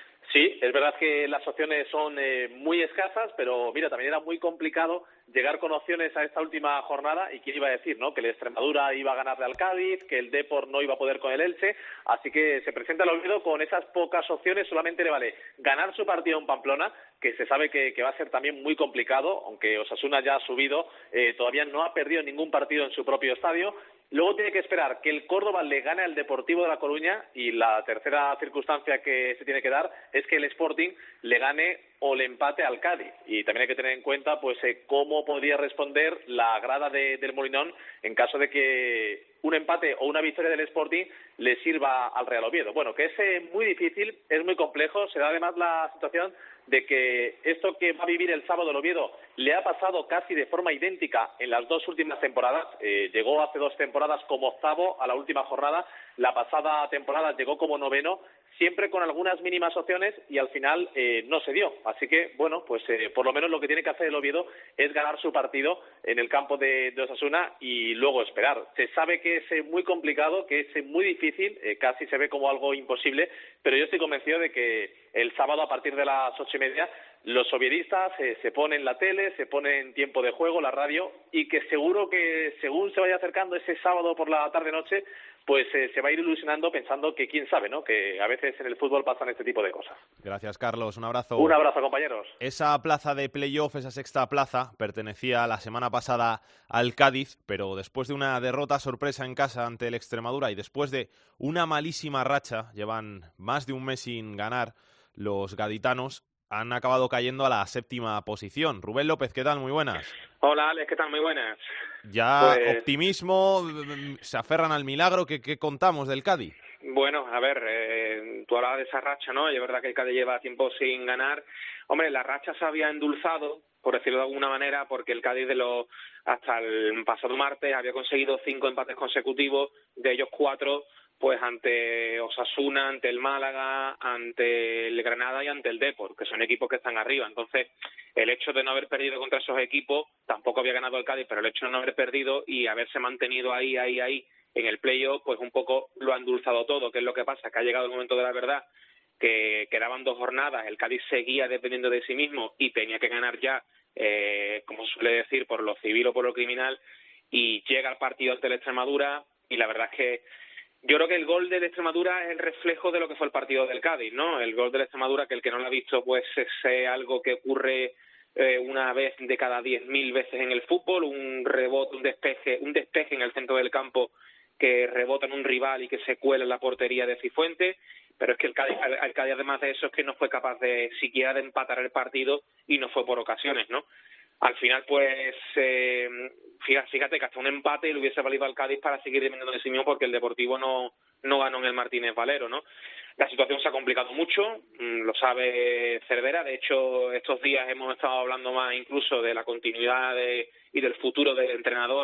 Sí, es verdad que las opciones son eh, muy escasas, pero mira, también era muy complicado llegar con opciones a esta última jornada. ¿Y quién iba a decir, no? Que el Extremadura iba a ganarle al Cádiz, que el Depor no iba a poder con el Elche, así que se presenta el Oviedo con esas pocas opciones. Solamente le vale ganar su partido en Pamplona, que se sabe que, que va a ser también muy complicado, aunque Osasuna ya ha subido, eh, todavía no ha perdido ningún partido en su propio estadio. Luego tiene que esperar que el Córdoba le gane al Deportivo de La Coruña, y la tercera circunstancia que se tiene que dar es que el Sporting le gane o le empate al Cádiz. Y también hay que tener en cuenta pues eh, cómo podría responder la grada de, del Molinón en caso de que un empate o una victoria del Sporting le sirva al Real Oviedo. Bueno, que es eh, muy difícil, es muy complejo. Se da además la situación de que esto que va a vivir el sábado el Oviedo le ha pasado casi de forma idéntica en las dos últimas temporadas. Eh, llegó hace dos temporadas como octavo a la última jornada, la pasada temporada llegó como noveno, siempre con algunas mínimas opciones, y al final eh, no se dio. Así que, bueno, pues eh, por lo menos lo que tiene que hacer el Oviedo es ganar su partido en el campo de, de Osasuna y luego esperar. Se sabe que es eh, muy complicado, que es eh, muy difícil, eh, casi se ve como algo imposible, pero yo estoy convencido de que el sábado a partir de las ocho y media los oviedistas eh, se ponen la tele, se ponen tiempo de juego, la radio, y que seguro que según se vaya acercando ese sábado por la tarde-noche, pues eh, se va a ir ilusionando pensando que quién sabe, ¿no? Que a veces en el fútbol pasan este tipo de cosas. Gracias, Carlos. Un abrazo. Un abrazo, compañeros. Esa plaza de playoff, esa sexta plaza, pertenecía la semana pasada al Cádiz, pero después de una derrota sorpresa en casa ante el Extremadura y después de una malísima racha, llevan más de un mes sin ganar, los gaditanos han acabado cayendo a la séptima posición. Rubén López, ¿qué tal? Muy buenas. Hola, Alex, ¿qué tal? Muy buenas. Ya pues... optimismo, se aferran al milagro. ¿Qué, qué contamos del Cádiz? Bueno, a ver, eh, tú hablabas de esa racha, ¿no? Y es verdad que el Cádiz lleva tiempo sin ganar. Hombre, la racha se había endulzado, por decirlo de alguna manera, porque el Cádiz de los hasta el pasado martes había conseguido cinco empates consecutivos, de ellos cuatro pues ante Osasuna, ante el Málaga, ante el Granada y ante el Depor, que son equipos que están arriba. Entonces, el hecho de no haber perdido contra esos equipos, tampoco había ganado el Cádiz, pero el hecho de no haber perdido y haberse mantenido ahí, ahí, ahí, en el playoff, pues un poco lo ha endulzado todo. ¿Qué es lo que pasa? Que ha llegado el momento de la verdad, que quedaban dos jornadas, el Cádiz seguía dependiendo de sí mismo y tenía que ganar ya, eh, como suele decir, por lo civil o por lo criminal, y llega el partido ante la Extremadura, y la verdad es que yo creo que el gol de la Extremadura es el reflejo de lo que fue el partido del Cádiz, ¿no? El gol de la Extremadura, que el que no lo ha visto, pues es eh, algo que ocurre eh, una vez de cada diez mil veces en el fútbol, un rebote, un despeje, un despeje en el centro del campo que rebota en un rival y que se cuela en la portería de Cifuentes, pero es que el Cádiz, el Cádiz además de eso es que no fue capaz de siquiera de empatar el partido, y no fue por ocasiones, ¿no? Al final, pues, eh, fíjate que hasta un empate le hubiese valido al Cádiz para seguir dependiendo de sí mismo, porque el Deportivo no, no ganó en el Martínez Valero, ¿no? La situación se ha complicado mucho, lo sabe Cervera. De hecho, estos días hemos estado hablando más incluso de la continuidad de, y del futuro del entrenador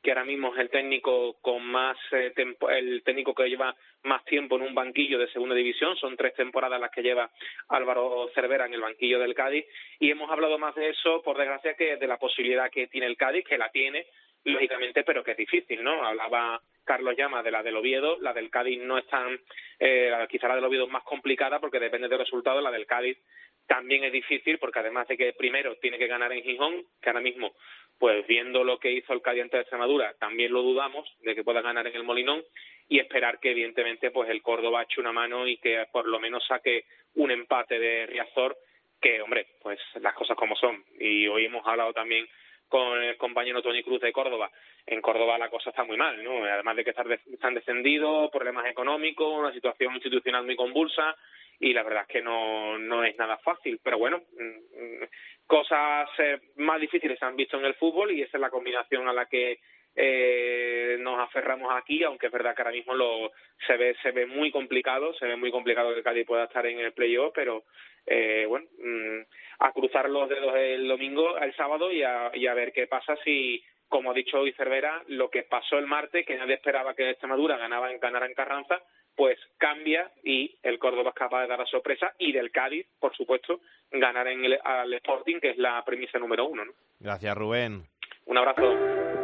que ahora mismo es el técnico con más eh, tempo, el técnico que lleva más tiempo en un banquillo de segunda división. Son tres temporadas las que lleva Álvaro Cervera en el banquillo del Cádiz, y hemos hablado más de eso, por desgracia, que de la posibilidad que tiene el Cádiz, que la tiene, lógicamente, pero que es difícil, ¿no? Hablaba Carlos Llama de la del Oviedo. La del Cádiz no es tan, eh, quizá la del Oviedo es más complicada porque depende del resultado. La del Cádiz también es difícil porque además de que primero tiene que ganar en Gijón, que ahora mismo, pues viendo lo que hizo el Cádiz ante Extremadura, también lo dudamos de que pueda ganar en el Molinón, y esperar que evidentemente pues el Córdoba eche una mano y que por lo menos saque un empate de Riazor, que hombre, pues las cosas como son. Y hoy hemos hablado también con el compañero Toni Cruz de Córdoba. En Córdoba la cosa está muy mal, ¿no? Además de que están descendidos, problemas económicos, una situación institucional muy convulsa, y la verdad es que no, no es nada fácil. Pero bueno, cosas eh, más difíciles se han visto en el fútbol, y esa es la combinación a la que eh, nos aferramos aquí, aunque es verdad que ahora mismo lo se ve se ve muy complicado, se ve muy complicado que Cádiz pueda estar en el playoff, pero eh, bueno, mmm, a cruzar los dedos el domingo, el sábado, y a, y a ver qué pasa si, como ha dicho hoy Cervera, lo que pasó el martes, que nadie esperaba que Extremadura ganaba en, ganara en Carranza, pues cambia y el Córdoba es capaz de dar la sorpresa, y del Cádiz, por supuesto, ganar en el, al Sporting, que es la premisa número uno, ¿no? Gracias, Rubén. Un abrazo.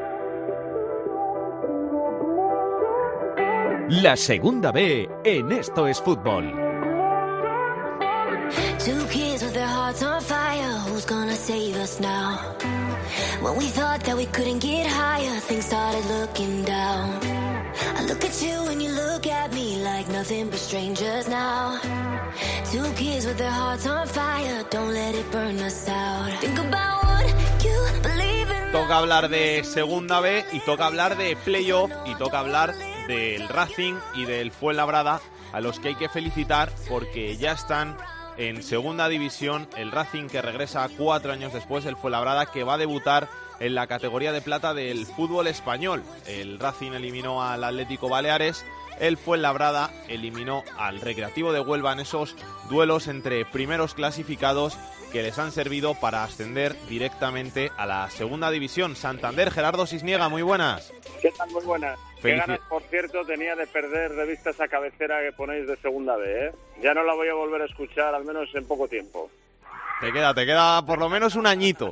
La segunda B en Esto es Fútbol. Two kids with their hearts on fire, who's gonna save us now? When we thought that we couldn't get higher, things started looking down. I look at you and you look at me like nothing but strangers now. Two kids with their hearts on fire, don't let it burn us out. Think about what you believe in. Toca hablar de segunda B y toca hablar de playoff y toca hablar del Racing y del Fuenlabrada, a los que hay que felicitar porque ya están en segunda división. El Racing, que regresa cuatro años después, el Fuenlabrada, que va a debutar en la categoría de plata del fútbol español. El Racing eliminó al Atlético Baleares, el Fuenlabrada eliminó al Recreativo de Huelva en esos duelos entre primeros clasificados que les han servido para ascender directamente a la segunda división. Santander, Gerardo Cisniega, muy buenas. ¿Qué tal? Muy buenas. Felici- Qué ganas, por cierto, tenía de perder de vista esa cabecera que ponéis de segunda B, ¿eh? Ya no la voy a volver a escuchar, al menos en poco tiempo. Te queda, te queda por lo menos un añito.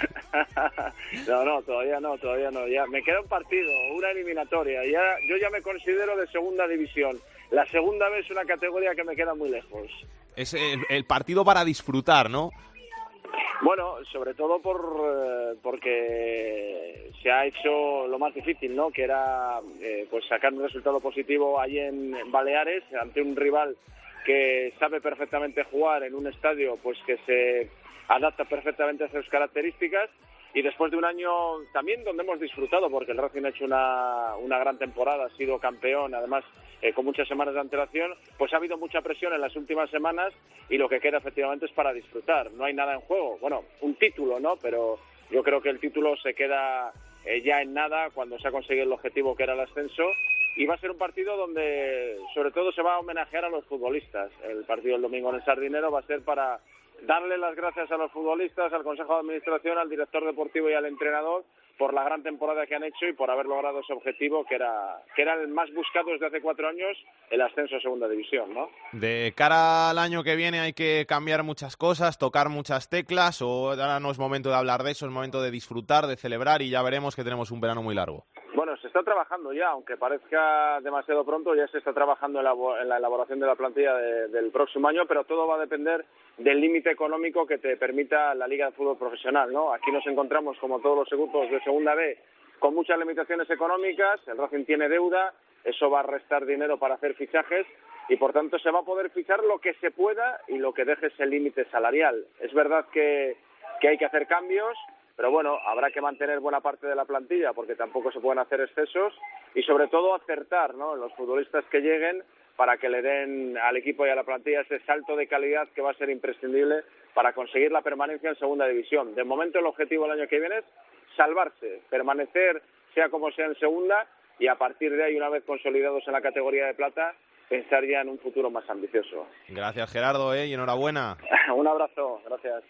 No, no, todavía no, todavía no. Ya me queda un partido, una eliminatoria. Ya, yo ya me considero de segunda división. La segunda B es una categoría que me queda muy lejos. Es el, el partido para disfrutar, ¿no? Bueno, sobre todo por eh, porque se ha hecho lo más difícil, ¿no? Que era eh, pues sacar un resultado positivo allí en Baleares ante un rival que sabe perfectamente jugar en un estadio pues que se adapta perfectamente a sus características, y después de un año también donde hemos disfrutado porque el Racing ha hecho una, una gran temporada, ha sido campeón, además eh, con muchas semanas de antelación, pues ha habido mucha presión en las últimas semanas, y lo que queda efectivamente es para disfrutar. No hay nada en juego, bueno, un título, ¿no? Pero yo creo que el título se queda eh, ya en nada cuando se ha conseguido el objetivo, que era el ascenso, y va a ser un partido donde sobre todo se va a homenajear a los futbolistas. El partido del domingo en el Sardinero va a ser para darle las gracias a los futbolistas, al Consejo de Administración, al director deportivo y al entrenador por la gran temporada que han hecho y por haber logrado ese objetivo que era que era el más buscado desde hace cuatro años, el ascenso a segunda división, ¿no? De cara al año que viene hay que cambiar muchas cosas, tocar muchas teclas, o ahora no es momento de hablar de eso, es momento de disfrutar, de celebrar, y ya veremos que tenemos un verano muy largo. Bueno, se está trabajando ya, aunque parezca demasiado pronto, ya se está trabajando en la, en la elaboración de la plantilla de, del próximo año, pero todo va a depender del límite económico que te permita la Liga de Fútbol Profesional, ¿no? Aquí nos encontramos, como todos los equipos de Segunda B, con muchas limitaciones económicas. El Racing tiene deuda, eso va a restar dinero para hacer fichajes, y por tanto se va a poder fichar lo que se pueda y lo que deje ese límite salarial. Es verdad que, que hay que hacer cambios, pero bueno, habrá que mantener buena parte de la plantilla porque tampoco se pueden hacer excesos, y sobre todo acertar, ¿no?, en los futbolistas que lleguen para que le den al equipo y a la plantilla ese salto de calidad que va a ser imprescindible para conseguir la permanencia en segunda división. De momento el objetivo el año que viene es salvarse, permanecer sea como sea en segunda, y a partir de ahí, una vez consolidados en la categoría de plata, pensar ya en un futuro más ambicioso. Gracias, Gerardo, ¿eh? Y enhorabuena. Un abrazo, gracias.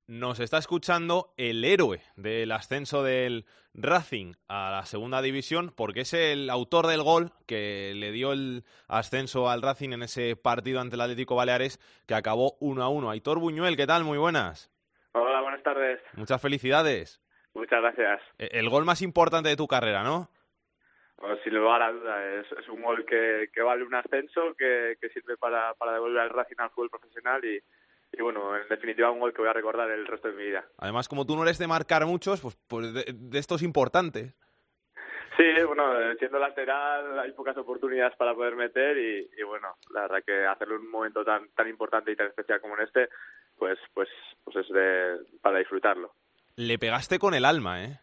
Nos está escuchando el héroe del ascenso del Racing a la segunda división, porque es el autor del gol que le dio el ascenso al Racing en ese partido ante el Atlético Baleares que acabó uno a uno. Aitor Buñuel, ¿qué tal? Muy buenas. Hola, buenas tardes. Muchas felicidades. Muchas gracias. El gol más importante de tu carrera, ¿no? Bueno, sin lugar a duda, es, es un gol que, que vale un ascenso, que, que sirve para, para devolver al Racing al fútbol profesional y, y, bueno, en definitiva un gol que voy a recordar el resto de mi vida. Además, como tú no eres de marcar muchos, pues, pues de, de estos importantes. Sí, bueno, siendo lateral hay pocas oportunidades para poder meter y, y bueno, la verdad que hacerlo en un momento tan tan importante y tan especial como en este, pues pues pues es de, para disfrutarlo. Le pegaste con el alma, ¿eh?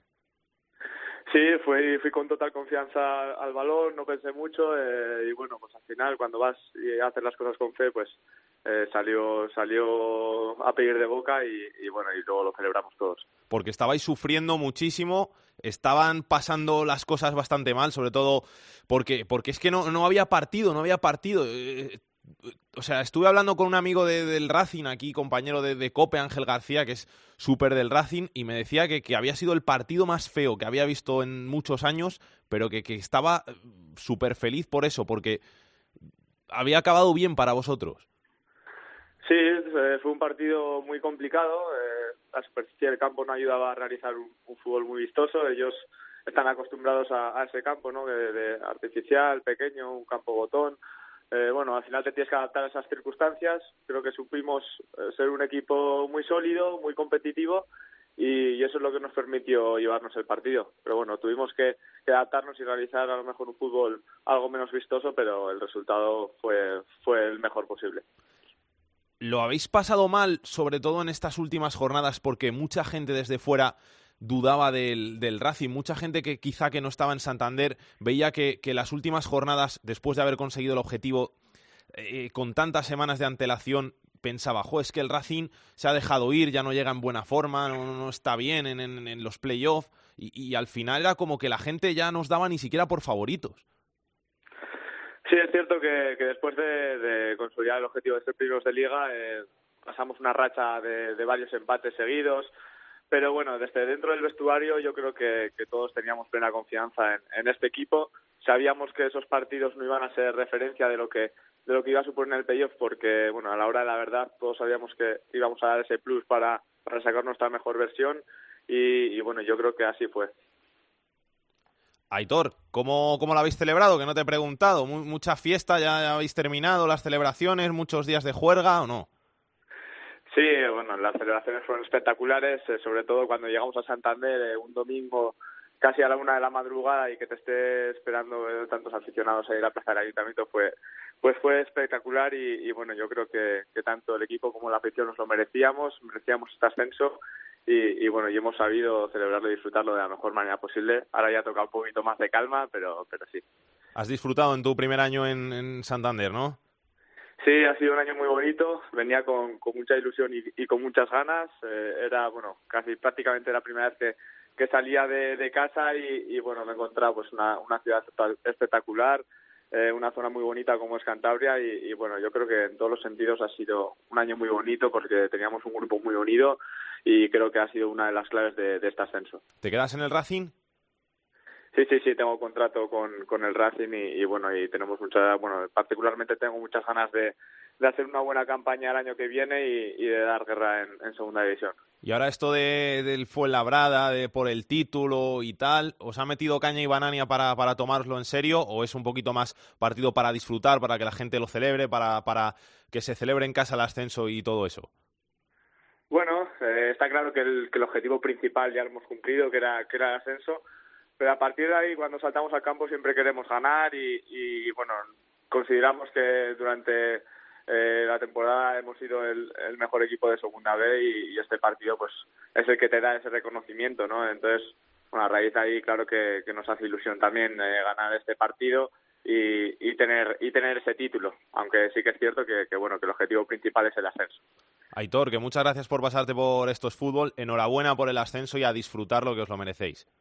Sí, fui, fui con total confianza al balón, no pensé mucho eh, y bueno, pues al final cuando vas y haces las cosas con fe, pues eh, salió salió a pedir de boca y, y bueno, y luego lo celebramos todos. Porque estabais sufriendo muchísimo, estaban pasando las cosas bastante mal, sobre todo porque porque es que no, no había partido, no había partido. Eh, O sea, estuve hablando con un amigo de, del Racing aquí, compañero de, de COPE, Ángel García, que es súper del Racing, y me decía que, que había sido el partido más feo que había visto en muchos años, pero que, que estaba súper feliz por eso, porque había acabado bien para vosotros. Sí, fue un partido muy complicado. Eh, la superficie del campo no ayudaba a realizar un, un fútbol muy vistoso. Ellos están acostumbrados a, a ese campo, ¿no? De, de artificial, pequeño, un campo botón. Eh, bueno, al final te tienes que adaptar a esas circunstancias. Creo que supimos eh, ser un equipo muy sólido, muy competitivo y, y eso es lo que nos permitió llevarnos el partido. Pero bueno, tuvimos que, que adaptarnos y realizar a lo mejor un fútbol algo menos vistoso, pero el resultado fue, fue el mejor posible. ¿Lo habéis pasado mal, sobre todo en estas últimas jornadas, porque mucha gente desde fuera dudaba del, del Racing? Mucha gente que quizá que no estaba en Santander veía que, que las últimas jornadas, después de haber conseguido el objetivo eh, con tantas semanas de antelación, pensaba, jo, es que el Racing se ha dejado ir, ya no llega en buena forma, no, no está bien en, en, en los playoffs, y, y al final era como que la gente ya no os daba ni siquiera por favoritos. Sí, es cierto que, que después de, de consolidar el objetivo de ser primeros de Liga, eh, pasamos una racha de, de varios empates seguidos. Pero bueno, desde dentro del vestuario yo creo que, que todos teníamos plena confianza en, en este equipo. Sabíamos que esos partidos no iban a ser referencia de lo que de lo que iba a suponer el playoff porque, bueno, a la hora de la verdad todos sabíamos que íbamos a dar ese plus para, para sacar nuestra mejor versión y, y bueno, yo creo que así fue. Aitor, ¿cómo, cómo lo habéis celebrado? Que no te he preguntado. ¿Mucha fiesta? ¿Ya habéis terminado las celebraciones? ¿Muchos días de juerga o no? Sí, bueno, las celebraciones fueron espectaculares, eh, sobre todo cuando llegamos a Santander eh, un domingo casi a la una de la madrugada y que te esté esperando eh, tantos aficionados ahí en la plaza del Ayuntamiento fue pues fue espectacular y, y bueno, yo creo que, que tanto el equipo como la afición nos lo merecíamos, merecíamos este ascenso y, y bueno, y hemos sabido celebrarlo y disfrutarlo de la mejor manera posible. Ahora ya toca un poquito más de calma, pero pero sí. Has disfrutado en tu primer año en, en Santander, ¿no? Sí, ha sido un año muy bonito, venía con, con mucha ilusión y, y con muchas ganas, eh, era, bueno, casi prácticamente la primera vez que, que salía de, de casa y, y, bueno, me he encontrado pues una, una ciudad espectacular, eh, una zona muy bonita como es Cantabria y, y, bueno, yo creo que en todos los sentidos ha sido un año muy bonito porque teníamos un grupo muy unido y creo que ha sido una de las claves de, de este ascenso. ¿Te quedas en el Racing? Sí, sí, sí, tengo contrato con, con el Racing y, y bueno, y tenemos mucha, bueno, particularmente tengo muchas ganas de, de hacer una buena campaña el año que viene y, y de dar guerra en, en segunda división. Y ahora esto de, del Fuenlabrada, de por el título y tal, ¿os ha metido caña y banania para, para tomarlo en serio o es un poquito más partido para disfrutar, para que la gente lo celebre, para, para que se celebre en casa el ascenso y todo eso? Bueno, eh, está claro que el, que el objetivo principal ya lo hemos cumplido, que era, que era el ascenso. Pero a partir de ahí, cuando saltamos al campo, siempre queremos ganar y, y bueno, consideramos que durante eh, la temporada hemos sido el, el mejor equipo de Segunda B y, y este partido pues es el que te da ese reconocimiento, ¿no? Entonces, bueno, a raíz de ahí, claro que, que nos hace ilusión también eh, ganar este partido y, y tener y tener ese título, aunque sí que es cierto que, que bueno que el objetivo principal es el ascenso. Aitor, que muchas gracias por pasarte por Esto es Fútbol, enhorabuena por el ascenso y a disfrutarlo, que os lo merecéis.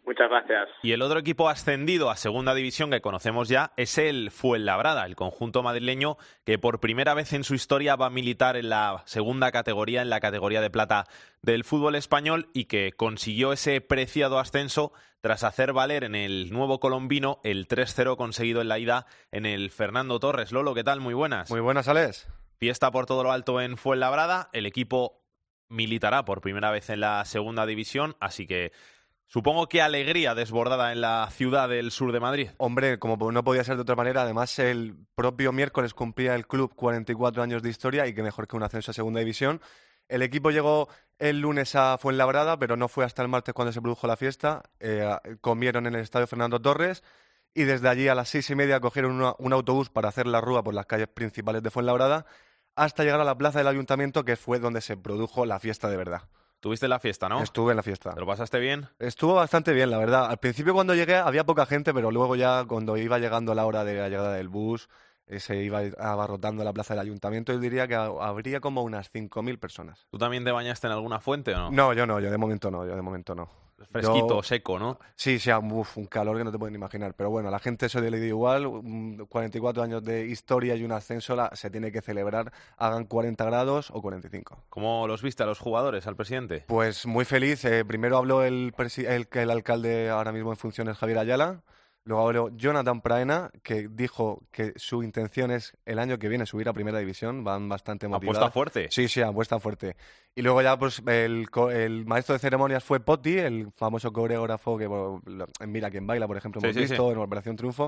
Muchas gracias. Y el otro equipo ascendido a segunda división que conocemos ya es el Fuenlabrada, el conjunto madrileño que por primera vez en su historia va a militar en la segunda categoría, en la categoría de plata del fútbol español, y que consiguió ese preciado ascenso tras hacer valer en el nuevo colombino el tres cero conseguido en la ida en el Fernando Torres. Lolo, ¿qué tal? Muy buenas. Muy buenas, Alex. Fiesta por todo lo alto en Fuenlabrada. El equipo militará por primera vez en la segunda división, así que supongo que alegría desbordada en la ciudad del sur de Madrid. Hombre, como no podía ser de otra manera, además el propio miércoles cumplía el club cuarenta y cuatro años de historia, y que mejor que un ascenso a segunda división. El equipo llegó el lunes a Fuenlabrada, pero no fue hasta el martes cuando se produjo la fiesta. Eh, comieron en el estadio Fernando Torres y desde allí a las seis y media cogieron una, un autobús para hacer la rúa por las calles principales de Fuenlabrada hasta llegar a la plaza del ayuntamiento, que fue donde se produjo la fiesta de verdad. ¿Tuviste la fiesta, no? Estuve en la fiesta. ¿Te lo pasaste bien? Estuvo bastante bien, la verdad. Al principio cuando llegué había poca gente, pero luego ya cuando iba llegando la hora de la llegada del bus, eh, se iba abarrotando la plaza del ayuntamiento, yo diría que habría como unas cinco mil personas. ¿Tú también te bañaste en alguna fuente o no? No, yo no, yo de momento no, yo de momento no. Fresquito, yo... seco, ¿no? Sí, sí, uf, un calor que no te pueden imaginar. Pero bueno, a la gente eso le dio igual. cuarenta y cuatro años de historia y un ascenso la, se tiene que celebrar, hagan cuarenta grados o cuarenta y cinco. ¿Cómo los viste a los jugadores, al presidente? Pues muy feliz. Eh, primero habló el, el, el alcalde ahora mismo en funciones, Javier Ayala. Luego habló Jonathan Praena, que dijo que su intención es el año que viene subir a Primera División. Van bastante motivados. ¿Apuesta fuerte? Sí, sí, apuesta fuerte. Y luego ya pues el, el maestro de ceremonias fue Poti, el famoso coreógrafo que bueno, en Mira Quién Baila, por ejemplo, hemos sí, visto sí, sí. en Operación Triunfo.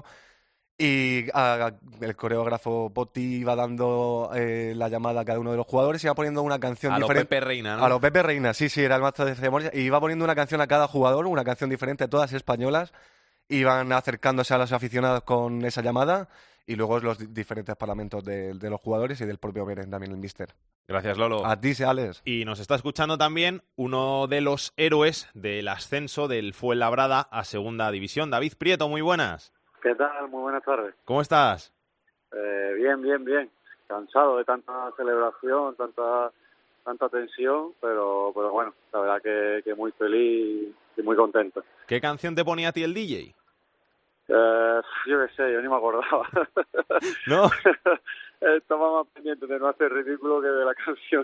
Y a, el coreógrafo Poti iba dando eh, la llamada a cada uno de los jugadores y iba poniendo una canción a diferente. A lo Pepe Reina, ¿no? A lo Pepe Reina, sí, sí, era el maestro de ceremonias. Y iba poniendo una canción a cada jugador, una canción diferente, todas españolas. Iban acercándose a los aficionados con esa llamada y luego los diferentes parlamentos de, de los jugadores y del propio Beren, también el míster. Gracias, Lolo. A ti, Alex. Y nos está escuchando también uno de los héroes del ascenso del Fuenlabrada a segunda división. David Prieto, muy buenas. ¿Qué tal? Muy buenas tardes. ¿Cómo estás? Eh, bien, bien, bien. Cansado de tanta celebración, tanta tanta tensión, pero pero bueno, la verdad que, que muy feliz y muy contento. ¿Qué canción te ponía a ti el D J? Eh, yo qué sé, yo ni me acordaba. ¿No? Estaba más pendiente de no hacer ridículo que de la canción.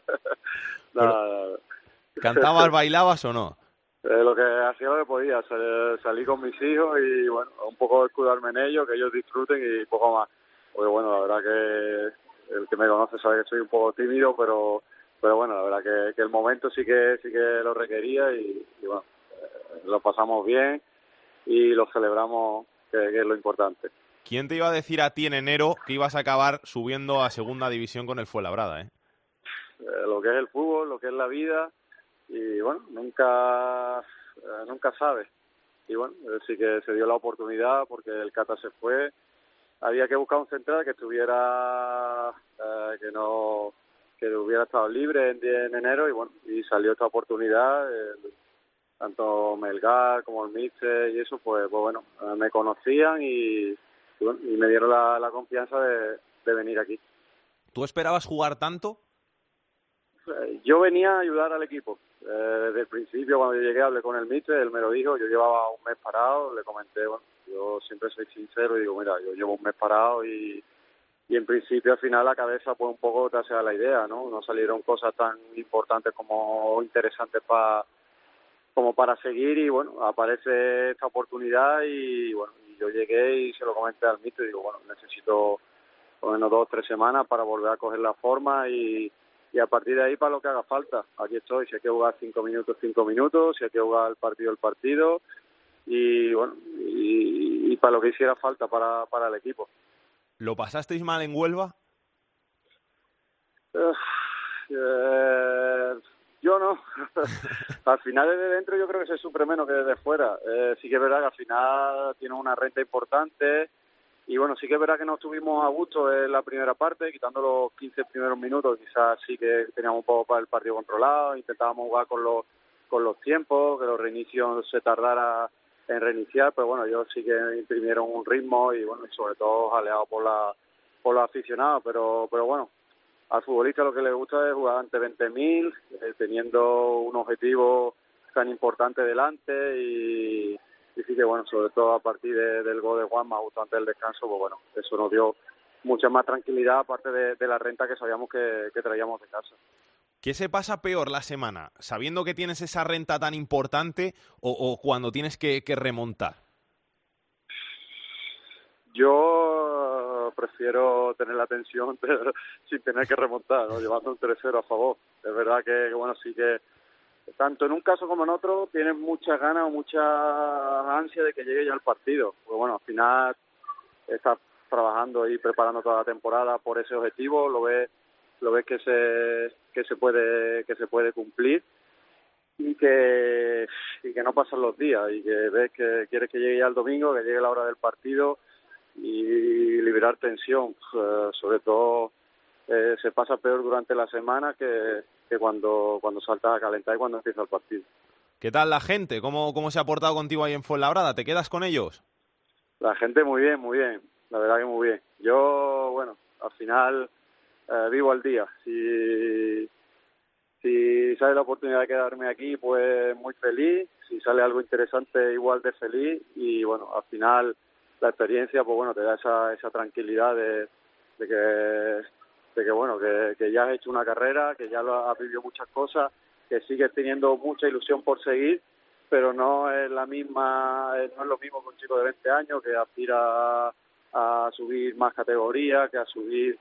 Nada, ¿Cantabas, bailabas o no? Eh, lo que hacía lo que podía, sal, salí con mis hijos y bueno, un poco escudarme en ellos, que ellos disfruten y poco más. Porque bueno, la verdad que el que me conoce sabe que soy un poco tímido, pero pero bueno, la verdad que, que el momento sí que sí que lo requería y, y bueno, eh, lo pasamos bien y lo celebramos, que, que es lo importante. ¿Quién te iba a decir a ti en enero que ibas a acabar subiendo a segunda división con el Fuenlabrada, eh? eh lo que es el fútbol, lo que es la vida y bueno, nunca eh, nunca sabes. Y bueno, eh, sí que se dio la oportunidad porque el Cata se fue. Había que buscar un central que estuviera, eh, que no, que hubiera estado libre en, en enero y bueno, y salió esta oportunidad. Eh, tanto Melgar como el míster y eso, pues, pues bueno, eh, me conocían y, y, bueno, y me dieron la, la confianza de, de venir aquí. ¿Tú esperabas jugar tanto? Eh, yo venía a ayudar al equipo. Eh, desde el principio, cuando yo llegué, hablé con el míster, él me lo dijo, yo llevaba un mes parado, le comenté, bueno, yo siempre soy sincero y digo, mira, yo llevo un mes parado y, y en principio al final la cabeza pues un poco te hace a la idea, ¿no? No salieron cosas tan importantes como interesantes para como para seguir y bueno, aparece esta oportunidad y bueno, y yo llegué y se lo comenté al míster y digo, bueno, necesito por lo menos dos o tres semanas para volver a coger la forma y, y a partir de ahí para lo que haga falta. Aquí estoy, si hay que jugar cinco minutos, cinco minutos, si hay que jugar el partido, el partido y bueno, y, y para lo que hiciera falta para, para el equipo. ¿Lo pasasteis mal en Huelva? Uh, eh, yo no. Al final desde dentro yo creo que se sufre menos que desde fuera. Eh, sí que es verdad que al final tiene una renta importante y bueno, sí que es verdad que no estuvimos a gusto en la primera parte, quitando los quince primeros minutos, quizás sí que teníamos un poco para el partido controlado, intentábamos jugar con los con los tiempos, que los reinicios se tardara en reiniciar, pero bueno, ellos sí que imprimieron un ritmo y bueno, y sobre todo jaleado por la por los aficionados, pero pero bueno, al futbolista lo que le gusta es jugar ante veinte mil, eh, teniendo un objetivo tan importante delante y, y sí que bueno, sobre todo a partir de, del gol de Juanma justo antes del descanso, pues bueno, eso nos dio mucha más tranquilidad aparte de, de la renta que sabíamos que, que traíamos de casa. ¿Qué se pasa peor la semana? ¿Sabiendo que tienes esa renta tan importante o, o cuando tienes que, que remontar? Yo prefiero tener la tensión de, sin tener que remontar, ¿no? Llevando un tres cero a favor. Es verdad que, bueno, sí que tanto en un caso como en otro tienes muchas ganas o mucha ansia de que llegue ya el partido. Pues bueno, al final estás trabajando y preparando toda la temporada por ese objetivo, lo ves lo ves que se que se puede que se puede cumplir y que y que no pasan los días y que ves que quieres que llegue ya el domingo, que llegue la hora del partido y liberar tensión. Uh, sobre todo eh, se pasa peor durante la semana que, que cuando cuando salta a calentar y cuando empieza el partido. ¿Qué tal la gente? ¿Cómo, cómo se ha portado contigo ahí en Fuenlabrada? ¿Te quedas con ellos? La gente muy bien, muy bien. La verdad que muy bien. Yo, bueno, al final eh, vivo al día. Si, si sale la oportunidad de quedarme aquí, pues muy feliz. Si sale algo interesante, igual de feliz. Y bueno, al final la experiencia, pues bueno, te da esa, esa tranquilidad de, de que, de que bueno, que, que ya has hecho una carrera, que ya lo has vivido muchas cosas, que sigues teniendo mucha ilusión por seguir, pero no es la misma, no es lo mismo que un chico de veinte años que aspira a subir más categorías, que a subir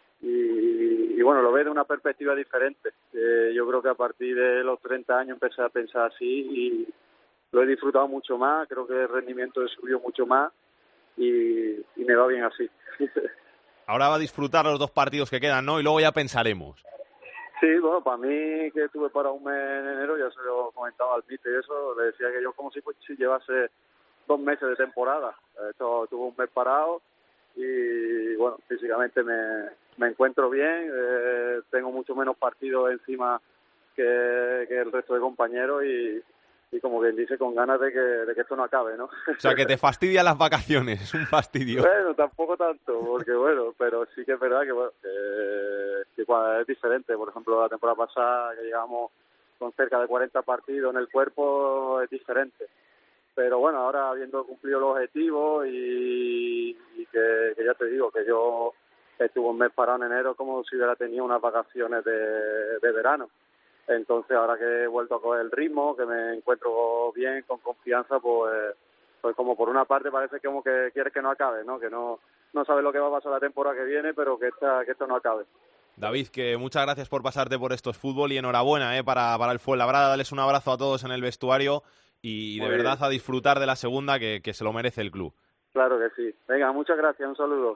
y, y bueno, lo ve de una perspectiva diferente. Eh, yo creo que a partir de los treinta años empecé a pensar así y lo he disfrutado mucho más, creo que el rendimiento he subido mucho más y, y me va bien así. Ahora va a disfrutar los dos partidos que quedan, ¿no? Y luego ya pensaremos. Sí, bueno, para mí que estuve para un mes en enero, ya se lo comentaba al Pite y eso, le decía que yo como si, si llevase dos meses de temporada. Esto, tuve un mes parado y bueno, físicamente me, me encuentro bien, eh, tengo mucho menos partidos encima que, que el resto de compañeros y, y como quien dice, con ganas de que, de que esto no acabe, ¿no? O sea, que te fastidian las vacaciones, es un fastidio. Bueno, tampoco tanto, porque bueno, pero sí que es verdad que, bueno, que, que es diferente. Por ejemplo, la temporada pasada que llegamos con cerca de cuarenta partidos en el cuerpo es diferente. Pero bueno, ahora habiendo cumplido los objetivos y, y que, que ya te digo que yo estuve un mes parado en enero como si hubiera tenido unas vacaciones de, de verano. Entonces ahora que he vuelto a coger el ritmo, que me encuentro bien, con confianza, pues, pues como por una parte parece como que quieres que no acabe, ¿no? Que no, no sabes lo que va a pasar la temporada que viene, pero que, esta, que esto no acabe. David, que muchas gracias por pasarte por Esto es Fútbol y enhorabuena eh, para, para el Fuenlabrada. Dales un abrazo a todos en el vestuario y de Muy verdad bien. A disfrutar de la segunda que, que se lo merece el club. Claro que sí. Venga, muchas gracias, un saludo.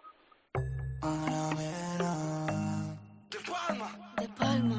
De Palma. De Palma.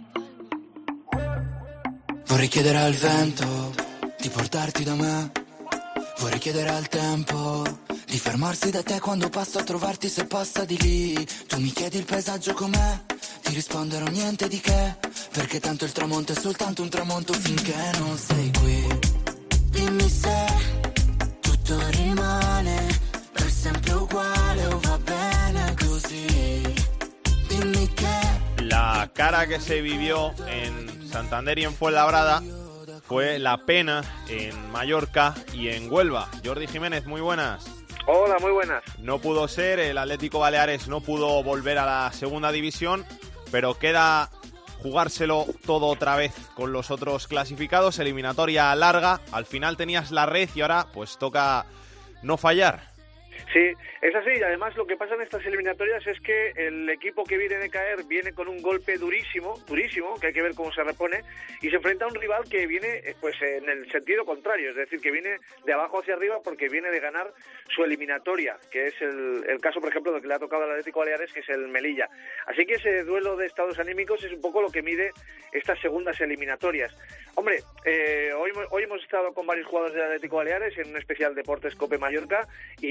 Vorrei chiedere al vento di portarti da me, vorrei chiedere al tempo di fermarsi da te quando passo a trovarti se passa di lì. Tu mi chiedi il paesaggio com'è, ti risponderò niente di che, perché tanto il tramonto è soltanto un tramonto finché non sei qui. Dimmi se tutto rimane per sempre uguale o va bene così. Dimmi che la cara que se vivió en Santander y en Fuenlabrada fue la pena en Mallorca y en Huelva. Jordi Jiménez, muy buenas. Hola, muy buenas. No pudo ser, el Atlético Baleares no pudo volver a la segunda división, pero queda jugárselo todo otra vez con los otros clasificados, eliminatoria larga, al final tenías la red y ahora pues toca no fallar. Sí, es así, y además lo que pasa en estas eliminatorias es que el equipo que viene de caer viene con un golpe durísimo, durísimo, que hay que ver cómo se repone, y se enfrenta a un rival que viene pues en el sentido contrario, es decir, que viene de abajo hacia arriba porque viene de ganar su eliminatoria, que es el, el caso, por ejemplo, del que le ha tocado al Atlético Baleares, que es el Melilla. Así que ese duelo de estados anímicos es un poco lo que mide estas segundas eliminatorias. Hombre, eh, hoy, hoy hemos estado con varios jugadores del Atlético Baleares en un especial Deportes Cope Mallorca y el golpe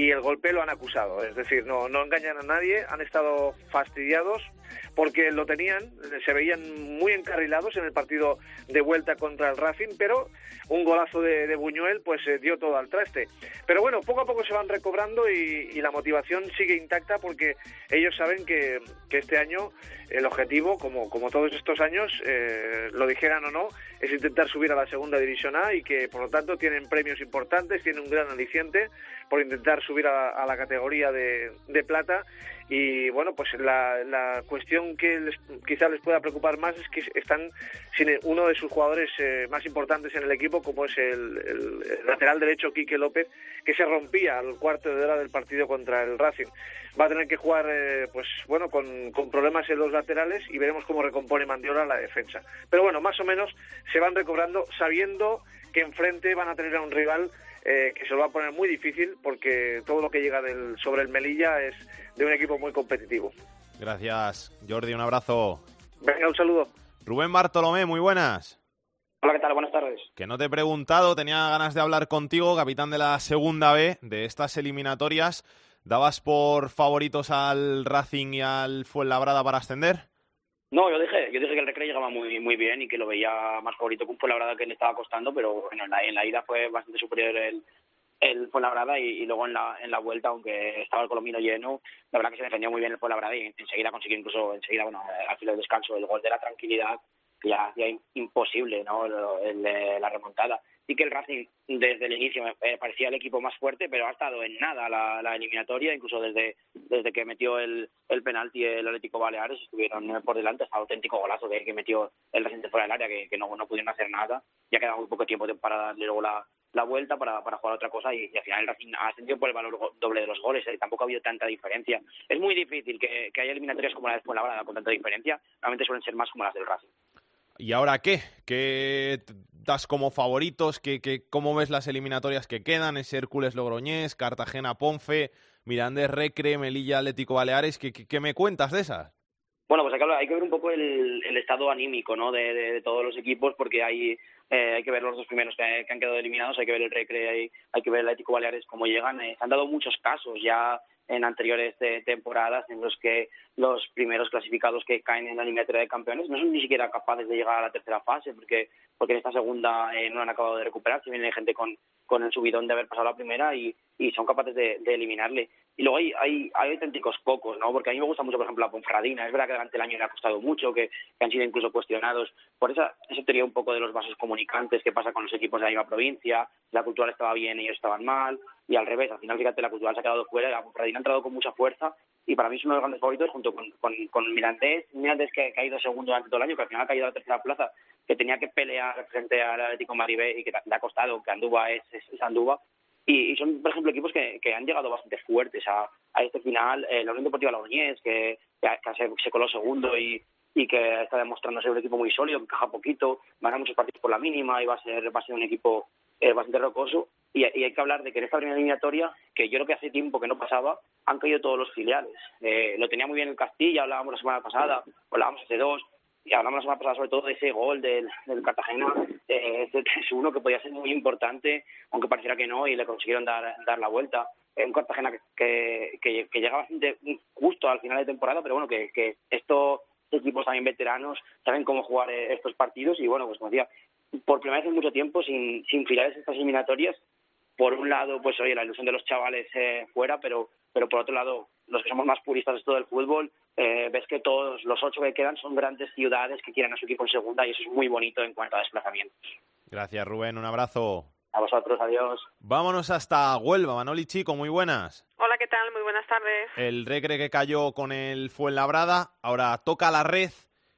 pelo han acusado. Es decir, no, no engañan a nadie, han estado fastidiados porque lo tenían, se veían muy encarrilados en el partido de vuelta contra el Racing, pero un golazo de, de Buñuel pues eh, dio todo al traste. Pero bueno, poco a poco se van recobrando y, y la motivación sigue intacta porque ellos saben que, que este año el objetivo, como, como todos estos años, eh, lo dijeran o no, es intentar subir a la segunda división A y que por lo tanto tienen premios importantes, tienen un gran aliciente por intentar subir a, a la categoría de, de plata. Y bueno, pues la, la cuestión que les, quizá les pueda preocupar más es que están sin uno de sus jugadores eh, más importantes en el equipo, como es el, el, el lateral derecho Quique López, que se rompía al cuarto de hora del partido contra el Racing. Va a tener que jugar eh, pues bueno con, con problemas en los laterales y veremos cómo recompone Mandiola la defensa. Pero bueno, más o menos se van recobrando sabiendo que enfrente van a tener a un rival Eh, que se lo va a poner muy difícil porque todo lo que llega del, sobre el Melilla es de un equipo muy competitivo. Gracias, Jordi, un abrazo. Venga, un saludo. Rubén Bartolomé, muy buenas. Hola, ¿qué tal? Buenas tardes. Que no te he preguntado, tenía ganas de hablar contigo, capitán de la segunda B de estas eliminatorias. ¿Dabas por favoritos al Racing y al Fuenlabrada para ascender? No, yo dije, yo dije que el Recre llegaba muy muy bien y que lo veía más favorito que un Fuenlabrada que le estaba costando, pero bueno, en la, en la ida fue bastante superior el, el Fuenlabrada y, y luego en la en la vuelta, aunque estaba el Colomino lleno, la verdad que se defendió muy bien el Fuenlabrada y enseguida consiguió incluso, enseguida, bueno, al final del descanso, el gol de la tranquilidad, que ya hacía imposible, ¿no?, el, el, la remontada. Sí que el Racing desde el inicio me parecía el equipo más fuerte, pero ha estado en nada la, la eliminatoria, incluso desde desde que metió el, el penalti el Atlético Baleares, estuvieron por delante, hasta auténtico golazo de que metió el Racing fuera del área, que, que no, no pudieron hacer nada, ya quedaba muy poco tiempo para darle luego la, la vuelta para, para jugar otra cosa y, y al final el Racing ha ascendido por el valor doble de los goles, eh, tampoco ha habido tanta diferencia. Es muy difícil que, que haya eliminatorias como la de Fuenlabrada con tanta diferencia, normalmente suelen ser más como las del Racing. ¿Y ahora qué? ¿Qué das como favoritos? ¿Qué, qué, ¿Cómo ves las eliminatorias que quedan? ¿Es Hércules Logroñés, Cartagena Ponfe, Mirandés Recre, Melilla Atlético Baleares? ¿Qué, qué, qué me cuentas de esas? Bueno, pues hay que, hablar, hay que ver un poco el, el estado anímico, ¿no?, de, de, de todos los equipos, porque hay eh, hay que ver los dos primeros que, que han quedado eliminados, hay que ver el Recre, hay, hay que ver el Atlético Baleares cómo llegan. Eh, se han dado muchos casos ya en anteriores de temporadas en los que los primeros clasificados que caen en la eliminatoria de campeones no son ni siquiera capaces de llegar a la tercera fase, porque porque en esta segunda eh, no han acabado de recuperarse, viene gente con, con el subidón de haber pasado la primera y, y son capaces de, de eliminarle. Y luego hay, hay, hay auténticos cocos, ¿no?, porque a mí me gusta mucho, por ejemplo, la Ponferradina. Es verdad que durante el año le ha costado mucho, que, que han sido incluso cuestionados por esa, esa teoría un poco de los vasos comunicantes, que pasa con los equipos de la misma provincia, la Cultural estaba bien, ellos estaban mal, y al revés, al final, fíjate, la Cultural se ha quedado fuera y la Ponferradina ha entrado con mucha fuerza, y para mí es uno de los grandes favoritos junto con, con, con Mirandés, Mirandés que, que ha ido segundo durante todo el año, que al final ha caído a la tercera plaza, que tenía que pelear frente al Atlético Maribé y que le ha costado, que Andúba es, es, es Andúba. Y, y son, por ejemplo, equipos que, que han llegado bastante fuertes a, a este final. Eh, la Unión Deportiva Logroñés, que, que, que se, se coló segundo y, y que está demostrando ser un equipo muy sólido, que encaja poquito, gana muchos partidos por la mínima y va a ser, va a ser un equipo eh, bastante rocoso. Y, y hay que hablar de que en esta primera eliminatoria, que yo creo que hace tiempo que no pasaba, han caído todos los filiales. Eh, lo tenía muy bien el Castilla, hablábamos la semana pasada, hablábamos hace dos, y hablamos la semana pasada sobre todo de ese gol del, del Cartagena, eh, ese tres uno que podía ser muy importante, aunque pareciera que no, y le consiguieron dar dar la vuelta. Eh, un Cartagena que, que, que, que llega bastante justo al final de temporada, pero bueno, que, que estos equipos también veteranos saben cómo jugar eh, estos partidos y bueno, pues como decía, por primera vez en mucho tiempo sin, sin filiales estas eliminatorias. Por un lado, pues oye, la ilusión de los chavales eh, fuera, pero pero por otro lado, los que somos más puristas de esto del fútbol, eh, ves que todos los ocho que quedan son grandes ciudades que quieren a su equipo en segunda y eso es muy bonito en cuanto a desplazamientos. Gracias, Rubén, un abrazo. A vosotros, adiós. Vámonos hasta Huelva, Manoli Chico, muy buenas. Hola, ¿qué tal? Muy buenas tardes. El Recre que cayó con el Fuenlabrada, ahora toca la Red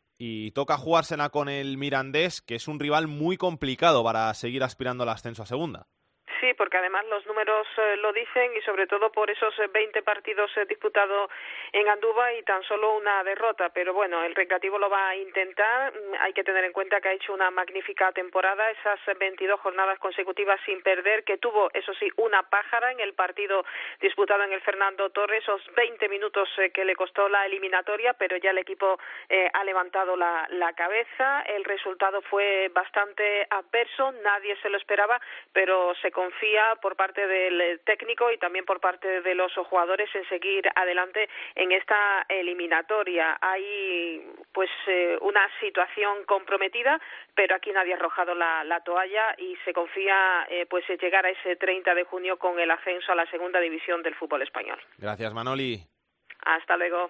y toca jugársela con el Mirandés, que es un rival muy complicado para seguir aspirando al ascenso a segunda. Sí, porque además los números eh, lo dicen y sobre todo por esos veinte partidos eh, disputados en Andúba y tan solo una derrota. Pero bueno, el Recreativo lo va a intentar. Hay que tener en cuenta que ha hecho una magnífica temporada, esas veintidós jornadas consecutivas sin perder, que tuvo, eso sí, una pájara en el partido disputado en el Fernando Torres, esos veinte minutos eh, que le costó la eliminatoria, pero ya el equipo eh, ha levantado la, la cabeza. El resultado fue bastante adverso, nadie se lo esperaba, pero se confirma confía por parte del técnico y también por parte de los jugadores en seguir adelante en esta eliminatoria. Hay pues eh, una situación comprometida, pero aquí nadie ha arrojado la, la toalla y se confía eh, pues llegar a ese treinta de junio con el ascenso a la segunda división del fútbol español. Gracias, Manoli. Hasta luego.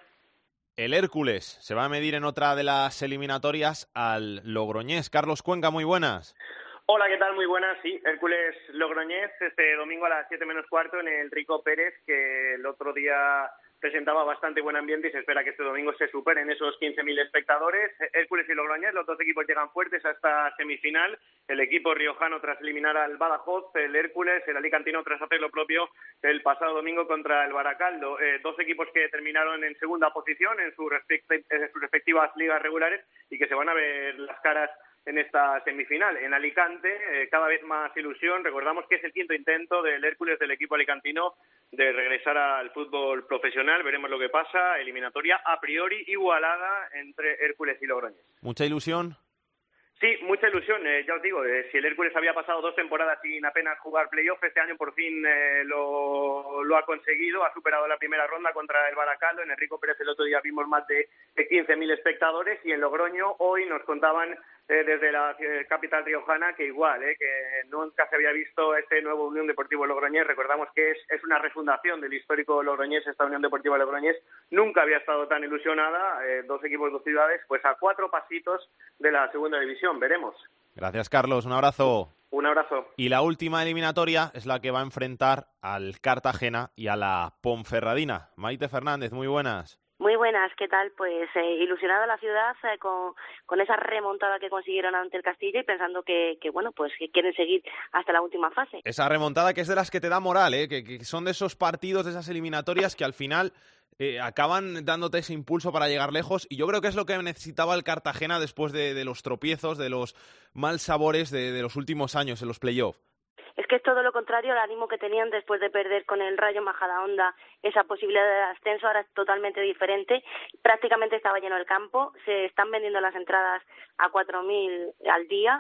El Hércules se va a medir en otra de las eliminatorias al Logroñés. Carlos Cuenca, muy buenas. Hola, ¿qué tal? Muy buenas. Sí, Hércules Logroñés este domingo a las siete menos cuarto en el Rico Pérez, que el otro día presentaba bastante buen ambiente y se espera que este domingo se superen esos quince mil espectadores. Hércules y Logroñés, los dos equipos llegan fuertes a esta semifinal. El equipo riojano tras eliminar al Badajoz, el Hércules, el alicantino tras hacer lo propio el pasado domingo contra el Baracaldo. Eh, dos equipos que terminaron en segunda posición en, su respect- en sus respectivas ligas regulares y que se van a ver las caras en esta semifinal. En Alicante, eh, cada vez más ilusión. Recordamos que es el quinto intento del Hércules, del equipo alicantino, de regresar al fútbol profesional. Veremos lo que pasa. Eliminatoria a priori igualada entre Hércules y Logroñés. ¿Mucha ilusión? Sí, mucha ilusión. Eh, ya os digo, eh, si el Hércules había pasado dos temporadas sin apenas jugar playoff, este año por fin eh, lo, lo ha conseguido. Ha superado la primera ronda contra el Baracaldo. En el Rico Pérez el otro día vimos más de, de quince mil espectadores y en Logroño hoy nos contaban eh, desde la eh, capital riojana que igual, eh, que nunca se había visto este nuevo Unión Deportivo Logroñés. Recordamos que es, es una refundación del histórico Logroñés, esta Unión Deportiva Logroñés. Nunca había estado tan ilusionada. Eh, dos equipos, dos ciudades, pues a cuatro pasitos de la segunda división. Veremos. Gracias, Carlos. Un abrazo. Un abrazo. Y la última eliminatoria es la que va a enfrentar al Cartagena y a la Ponferradina. Maite Fernández, muy buenas. Muy buenas, ¿qué tal? Pues eh, ilusionada la ciudad eh, con, con esa remontada que consiguieron ante el Castilla y pensando que, que bueno, pues que quieren seguir hasta la última fase. Esa remontada que es de las que te da moral, ¿eh? que, que son de esos partidos, de esas eliminatorias que al final eh, acaban dándote ese impulso para llegar lejos, y yo creo que es lo que necesitaba el Cartagena después de, de los tropiezos, de los mal sabores de, de los últimos años en los playoffs. Es que es todo lo contrario al ánimo que tenían después de perder con el Rayo Majadahonda esa posibilidad de ascenso. Ahora es totalmente diferente. Prácticamente estaba lleno el campo. Se están vendiendo las entradas a cuatro mil al día.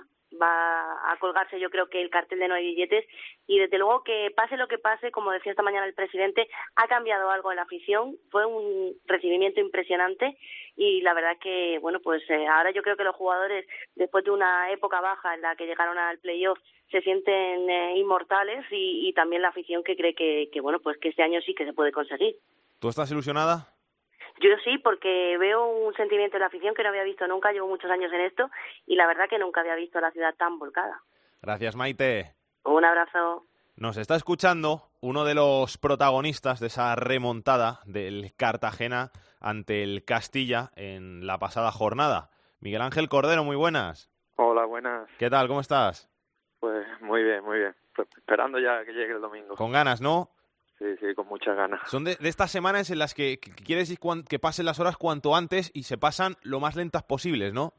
Va a colgarse, yo creo, que el cartel de no hay billetes, y desde luego que pase lo que pase, como decía esta mañana el presidente, ha cambiado algo en la afición. Fue un recibimiento impresionante y la verdad que, bueno, pues eh, ahora yo creo que los jugadores, después de una época baja en la que llegaron al playoff, se sienten eh, inmortales, y, y también la afición que cree que, que, bueno, pues que este año sí que se puede conseguir. ¿Tú estás ilusionada? Yo sí, porque veo un sentimiento de la afición que no había visto nunca. Llevo muchos años en esto y la verdad que nunca había visto la ciudad tan volcada. Gracias, Maite. Un abrazo. Nos está escuchando uno de los protagonistas de esa remontada del Cartagena ante el Castilla en la pasada jornada. Miguel Ángel Cordero, muy buenas. Hola, buenas. ¿Qué tal? ¿Cómo estás? Pues muy bien, muy bien. Pues esperando ya que llegue el domingo. Con ganas, ¿no? Sí, sí, con muchas ganas. Son de, de estas semanas en las que, que quieres ir cuan, que pasen las horas cuanto antes y se pasan lo más lentas posibles, ¿no?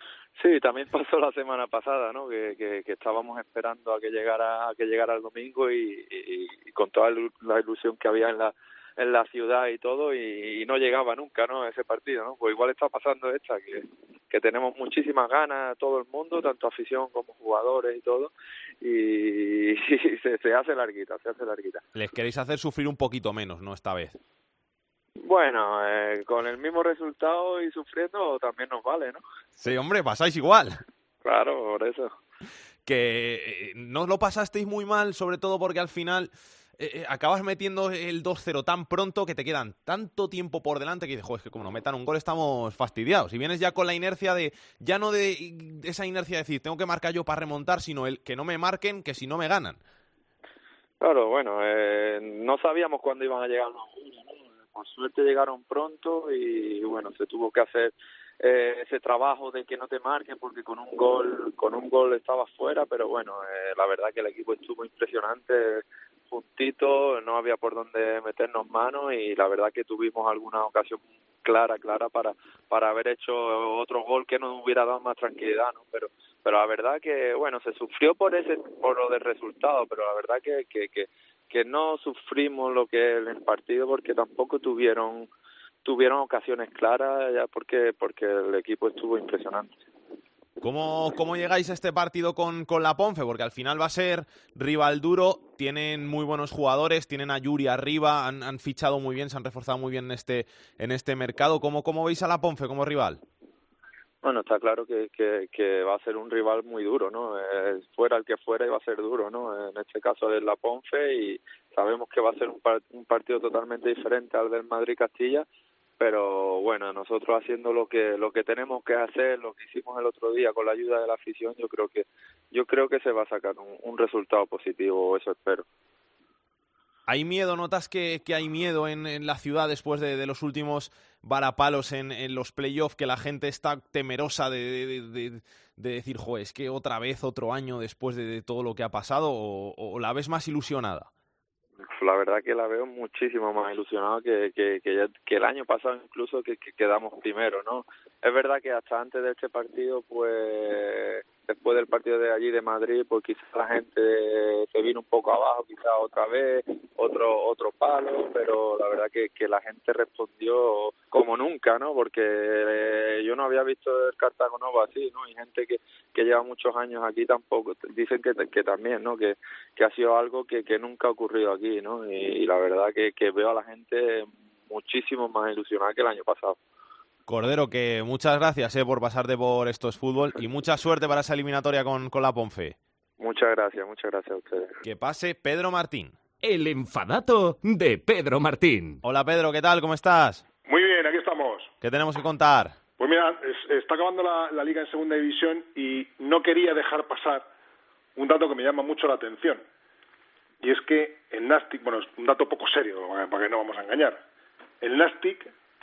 Sí, también pasó la semana pasada, ¿no? Que, que, que estábamos esperando a que llegara a que llegara el domingo y, y, y con toda la ilusión que había en la en la ciudad y todo, y, y no llegaba nunca, ¿no? Ese partido, ¿no? Pues igual está pasando esta, que, que tenemos muchísimas ganas todo el mundo, tanto afición como jugadores y todo, y, y se, se hace larguita, se hace larguita. Les queréis hacer sufrir un poquito menos, ¿no? Esta vez. Bueno, eh, con el mismo resultado y sufriendo también nos vale, ¿no? Sí, hombre, pasáis igual. Claro, por eso. Que eh, no lo pasasteis muy mal, sobre todo porque al final eh, acabas metiendo el dos cero tan pronto que te quedan tanto tiempo por delante que dices, joder, es que como nos metan un gol estamos fastidiados. Y vienes ya con la inercia de, ya no de, de esa inercia de decir, tengo que marcar yo para remontar, sino el que no me marquen, que si no me ganan. Claro, bueno, eh, no sabíamos cuándo iban a llegar los goles, ¿no? Por suerte llegaron pronto y bueno, se tuvo que hacer eh, ese trabajo de que no te marquen, porque con un gol con un gol estabas fuera, pero bueno, eh, la verdad que el equipo estuvo impresionante, juntito, no había por dónde meternos manos y la verdad que tuvimos alguna ocasión clara, clara para para haber hecho otro gol que nos hubiera dado más tranquilidad, ¿no? Pero pero la verdad que, bueno, se sufrió por ese por lo del resultado, pero la verdad que que, que que no sufrimos lo que es el partido porque tampoco tuvieron tuvieron ocasiones claras ya porque porque el equipo estuvo impresionante. ¿Cómo, cómo llegáis a este partido con, con la Ponfe? Porque al final va a ser rival duro, tienen muy buenos jugadores, tienen a Yuri arriba, han, han fichado muy bien, se han reforzado muy bien en este, en este mercado. ¿Cómo, cómo veis a la Ponfe como rival? Bueno, está claro que, que, que va a ser un rival muy duro, ¿no? Eh, fuera el que fuera iba a ser duro, ¿no? En este caso es la Ponfe y sabemos que va a ser un, par, un partido totalmente diferente al del Madrid-Castilla, pero bueno, nosotros haciendo lo que lo que tenemos que hacer, lo que hicimos el otro día con la ayuda de la afición, yo creo que yo creo que se va a sacar un, un resultado positivo, eso espero. ¿Hay miedo? ¿Notas que, que hay miedo en, en la ciudad después de, de los últimos varapalos en, en los playoffs, que la gente está temerosa de, de, de, de decir, joder, es que otra vez, otro año después de, de todo lo que ha pasado, o, o la ves más ilusionada? La verdad que la veo muchísimo más ilusionada que, que, que, ya, que el año pasado incluso que, que quedamos primero, ¿no? Es verdad que hasta antes de este partido, pues después del partido de allí de Madrid, pues quizás la gente se vino un poco abajo, quizás otra vez, otro otro palo, pero la verdad que, que la gente respondió como nunca, ¿no? Porque eh, yo no había visto el Cartago Nova así, ¿no? Y gente que, que lleva muchos años aquí tampoco, dicen que, que también, ¿no? Que, que ha sido algo que, que nunca ha ocurrido aquí, ¿no? Y, y la verdad que, que veo a la gente muchísimo más ilusionada que el año pasado. Cordero, que muchas gracias eh, por pasarte por Esto es Fútbol y mucha suerte para esa eliminatoria con, con la Ponfe. Muchas gracias, muchas gracias a ustedes. Que pase Pedro Martín. El enfadato de Pedro Martín. Hola Pedro, ¿qué tal? ¿Cómo estás? Muy bien, aquí estamos. ¿Qué tenemos que contar? Pues mira, es, está acabando la, la Liga en Segunda División y no quería dejar pasar un dato que me llama mucho la atención. Y es que el Nastic, bueno, es un dato poco serio, para que no vamos a engañar. El Nastic,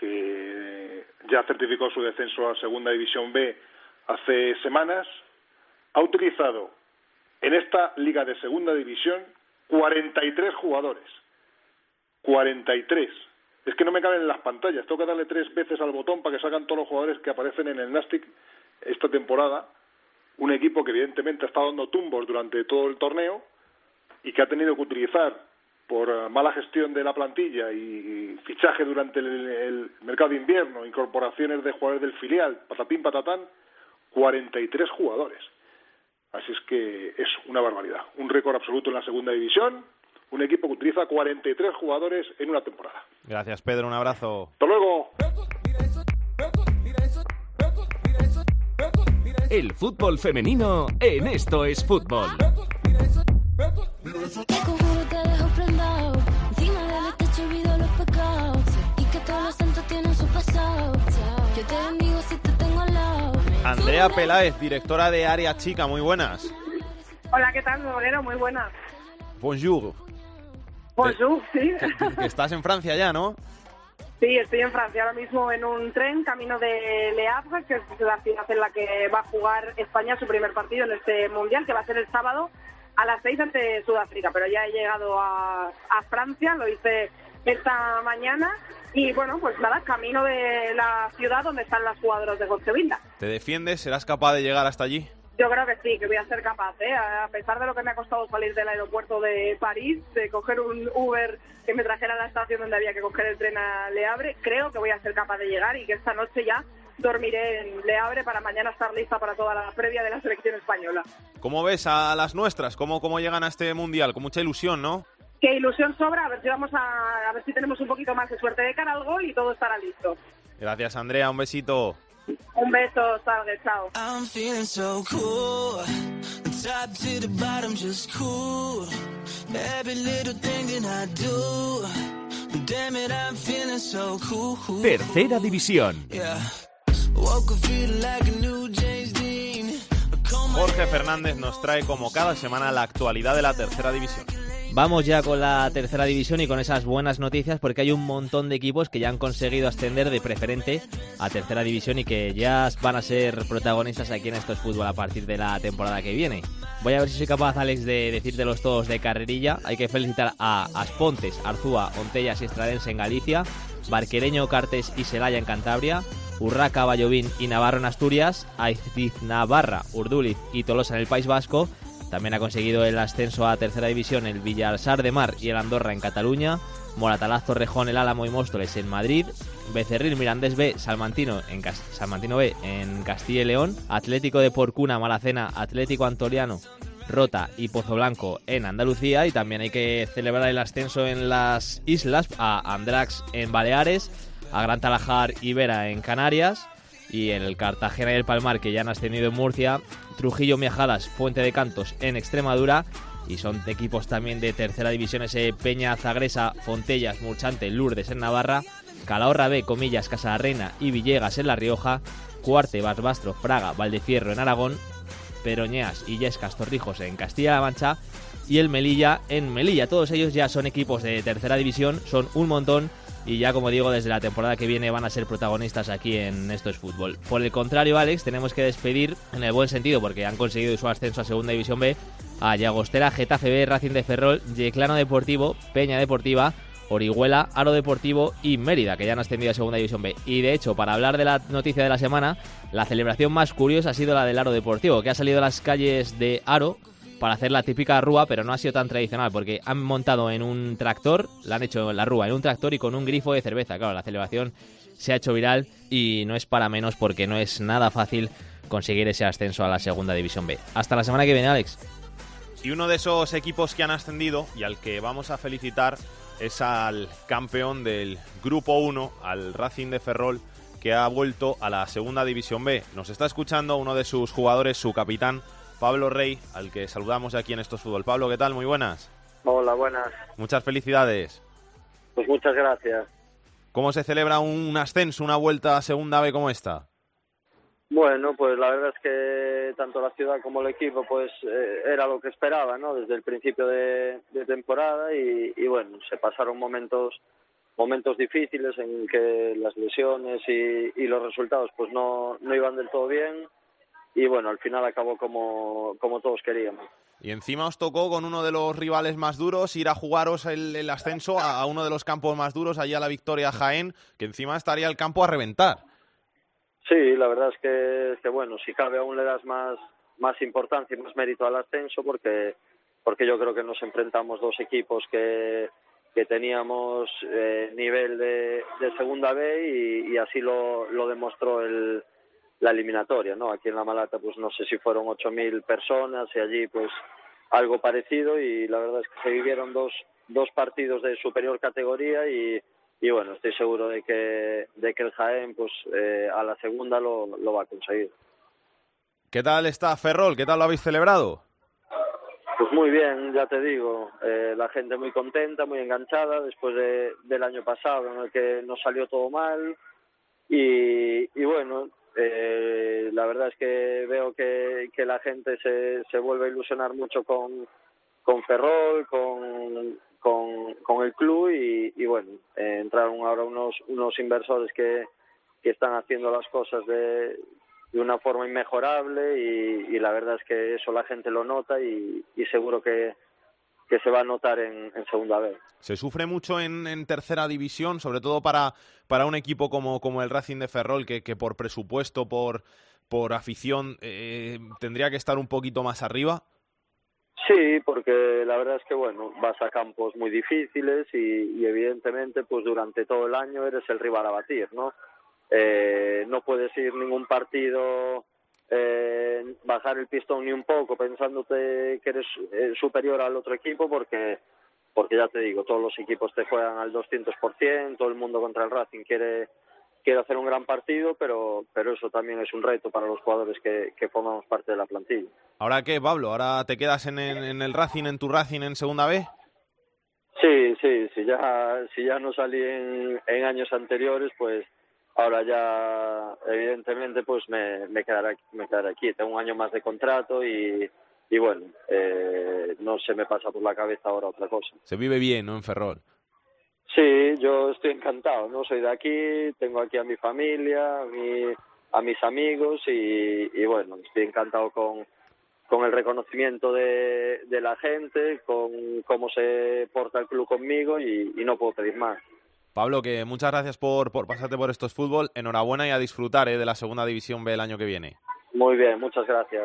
que ya certificó su descenso a Segunda División B hace semanas, ha utilizado en esta Liga de Segunda División cuarenta y tres jugadores. cuarenta y tres. Es que no me caben en las pantallas. Tengo que darle tres veces al botón para que salgan todos los jugadores que aparecen en el Nastic esta temporada. Un equipo que evidentemente ha estado dando tumbos durante todo el torneo y que ha tenido que utilizar por mala gestión de la plantilla y fichaje durante el, el mercado de invierno, incorporaciones de jugadores del filial, patatín patatán, cuarenta y tres jugadores. Así es que es una barbaridad. Un récord absoluto en la segunda división, un equipo que utiliza cuarenta y tres jugadores en una temporada. Gracias, Pedro, un abrazo. ¡Hasta luego! El fútbol femenino en Esto es Fútbol. Te conjuro, te dejo prendado. Encima del techo olvido los pecados. Y que todos los santos tienen su pasado. Yo te bendigo si te tengo al lado. Andrea Peláez, directora de Área Chica, muy buenas. Hola, ¿qué tal, Moreno? Muy buenas. Bonjour. Bonjour, sí. Que, que estás en Francia ya, ¿no? Sí, estoy en Francia ahora mismo en un tren camino de Le Havre, que es la ciudad en la que va a jugar España su primer partido en este Mundial, que va a ser el sábado a las seis ante Sudáfrica, pero ya he llegado a, a Francia, lo hice esta mañana y bueno, pues nada, camino de la ciudad donde están las jugadoras de Gochevinda. ¿Te defiendes? ¿Serás capaz de llegar hasta allí? Yo creo que sí, que voy a ser capaz, ¿eh? A pesar de lo que me ha costado salir del aeropuerto de París, de coger un Uber que me trajera a la estación donde había que coger el tren a Le Havre, creo que voy a ser capaz de llegar y que esta noche ya dormiré en Le Havre para mañana estar lista para toda la previa de la selección española. ¿Cómo ves a las nuestras? ¿Cómo, cómo llegan a este Mundial? Con mucha ilusión, ¿no? Qué ilusión sobra, a ver si vamos a, a ver si tenemos un poquito más de suerte de cara al gol y todo estará listo. Gracias, Andrea, un besito. Un beso, Salgue, chao. I'm feeling so cool, top to the bottom just cool, every little thing that I do, damn it I'm feeling so cool. Tercera división. Yeah. Woke up feeling like a new James Dean. Jorge Fernández nos trae como cada semana la actualidad de la tercera división. Vamos ya con la tercera división y con esas buenas noticias porque hay un montón de equipos que ya han conseguido ascender de preferente a tercera división y que ya van a ser protagonistas aquí en Esto es Fútbol a partir de la temporada que viene. Voy a ver si soy capaz, Alex, de decírtelos todos de carrerilla. Hay que felicitar a Aspontes, Arzúa, Ontellas y Estradense en Galicia, Barquereño, Cartes y Celaya en Cantabria, Urraca, Vallovín y Navarro en Asturias, Aiziz, Navarra, Urduliz y Tolosa en el País Vasco, También ha conseguido el ascenso a tercera división el Villarsar de Mar y el Andorra en Cataluña, Moratalaz, Torrejón, el Álamo y Móstoles en Madrid, Becerril, Mirandés B, Salmantino, en Cas- Salmantino B en Castilla y León, Atlético de Porcuna, Malacena, Atlético Antoliano, Rota y Pozoblanco en Andalucía. Y también hay que celebrar el ascenso en las islas, a Andrax en Baleares, a Gran Talajar y Vera en Canarias, y el Cartagena y el Palmar, que ya han ascendido en Murcia, Trujillo, Miajadas, Fuente de Cantos en Extremadura. Y son equipos también de tercera división ese Peña, Zagresa, Fontellas, Murchante, Lourdes en Navarra, Calahorra B, Comillas, Casa la Reina y Villegas en La Rioja, Cuarte, Barbastro, Fraga, Valdefierro en Aragón, Peroñeas, Illescas, Torrijos en Castilla-La Mancha y el Melilla en Melilla. Todos ellos ya son equipos de tercera división, son un montón y ya, como digo, desde la temporada que viene van a ser protagonistas aquí en Esto es Fútbol. Por el contrario, Alex, tenemos que despedir, en el buen sentido, porque han conseguido su ascenso a Segunda División B, a Llagostera, Getafe B, Racing de Ferrol, Yeclano Deportivo, Peña Deportiva, Orihuela, Aro Deportivo y Mérida, que ya han ascendido a Segunda División B. Y de hecho, para hablar de la noticia de la semana, la celebración más curiosa ha sido la del Aro Deportivo, que ha salido a las calles de Aro para hacer la típica rúa, pero no ha sido tan tradicional, porque han montado en un tractor, la han hecho la rúa en un tractor y con un grifo de cerveza. Claro, la celebración se ha hecho viral y no es para menos, porque no es nada fácil conseguir ese ascenso a la Segunda División B. Hasta la semana que viene, Alex. Y uno de esos equipos que han ascendido y al que vamos a felicitar es al campeón del Grupo uno, al Racing de Ferrol, que ha vuelto a la Segunda División B. Nos está escuchando uno de sus jugadores, su capitán, Pablo Rey, al que saludamos aquí en Esto es Fútbol. Pablo, ¿qué tal? Muy buenas. Hola, buenas. Muchas felicidades. Pues muchas gracias. ¿Cómo se celebra un ascenso, una vuelta a Segunda B como esta? Bueno, pues la verdad es que tanto la ciudad como el equipo pues eh, era lo que esperaba, ¿no? Desde el principio de, de temporada y, y bueno, se pasaron momentos momentos difíciles en que las lesiones y, y los resultados pues no, no iban del todo bien. Y bueno, al final acabó como, como todos queríamos. Y encima os tocó con uno de los rivales más duros ir a jugaros el, el ascenso a, a uno de los campos más duros, allá a la Victoria Jaén, que encima estaría el campo a reventar. Sí, la verdad es que, es que bueno, si cabe aún le das más, más importancia y más mérito al ascenso porque, porque yo creo que nos enfrentamos dos equipos que, que teníamos eh, nivel de, de Segunda B y, y así lo, lo demostró el la eliminatoria, ¿no? Aquí en La Malata, pues no sé si fueron ocho mil personas y allí, pues, algo parecido y la verdad es que se vivieron dos, dos partidos de superior categoría y, y bueno, estoy seguro de que, de que el Jaén, pues, eh, a la segunda lo, lo va a conseguir. ¿Qué tal está Ferrol? ¿Qué tal lo habéis celebrado? Pues muy bien, ya te digo, eh, la gente muy contenta, muy enganchada después de, del año pasado en el que nos salió todo mal y, y bueno, Eh, la verdad es que veo que, que la gente se, se vuelve a ilusionar mucho con, con Ferrol, con, con, con el club y, y bueno, eh, entraron ahora unos, unos inversores que, que están haciendo las cosas de, de una forma inmejorable y, y la verdad es que eso la gente lo nota y, y seguro que, que se va a notar en, en Segunda B. Se sufre mucho en, en tercera división, sobre todo para, para un equipo como, como el Racing de Ferrol, que, que por presupuesto, por, por afición, eh, tendría que estar un poquito más arriba. Sí, porque la verdad es que, bueno, vas a campos muy difíciles y, y evidentemente, pues durante todo el año eres el rival a batir, ¿no? Eh, no puedes ir ningún partido... Eh, bajar el pistón ni un poco pensándote que eres eh, superior al otro equipo porque porque ya te digo, todos los equipos te juegan al doscientos por ciento, todo el mundo contra el Racing quiere quiere hacer un gran partido, pero pero eso también es un reto para los jugadores que, que formamos parte de la plantilla. ¿Ahora qué, Pablo? ¿Ahora te quedas en, en, en el Racing, en tu Racing en Segunda B? Sí, sí, sí, ya, si ya no salí en, en años anteriores, pues ahora ya, evidentemente, pues me, me, quedaré, me quedaré aquí. Tengo un año más de contrato y, y bueno, eh, no se me pasa por la cabeza ahora otra cosa. Se vive bien, ¿no?, en Ferrol. Sí, yo estoy encantado, ¿no? Soy de aquí, tengo aquí a mi familia, a, mi, a mis amigos y, y bueno, estoy encantado con, con el reconocimiento de, de la gente, con cómo se porta el club conmigo y, y no puedo pedir más. Pablo, que muchas gracias por, por pasarte por Esto es Fútbol. Enhorabuena y a disfrutar ¿eh? de la Segunda División B el año que viene. Muy bien, muchas gracias.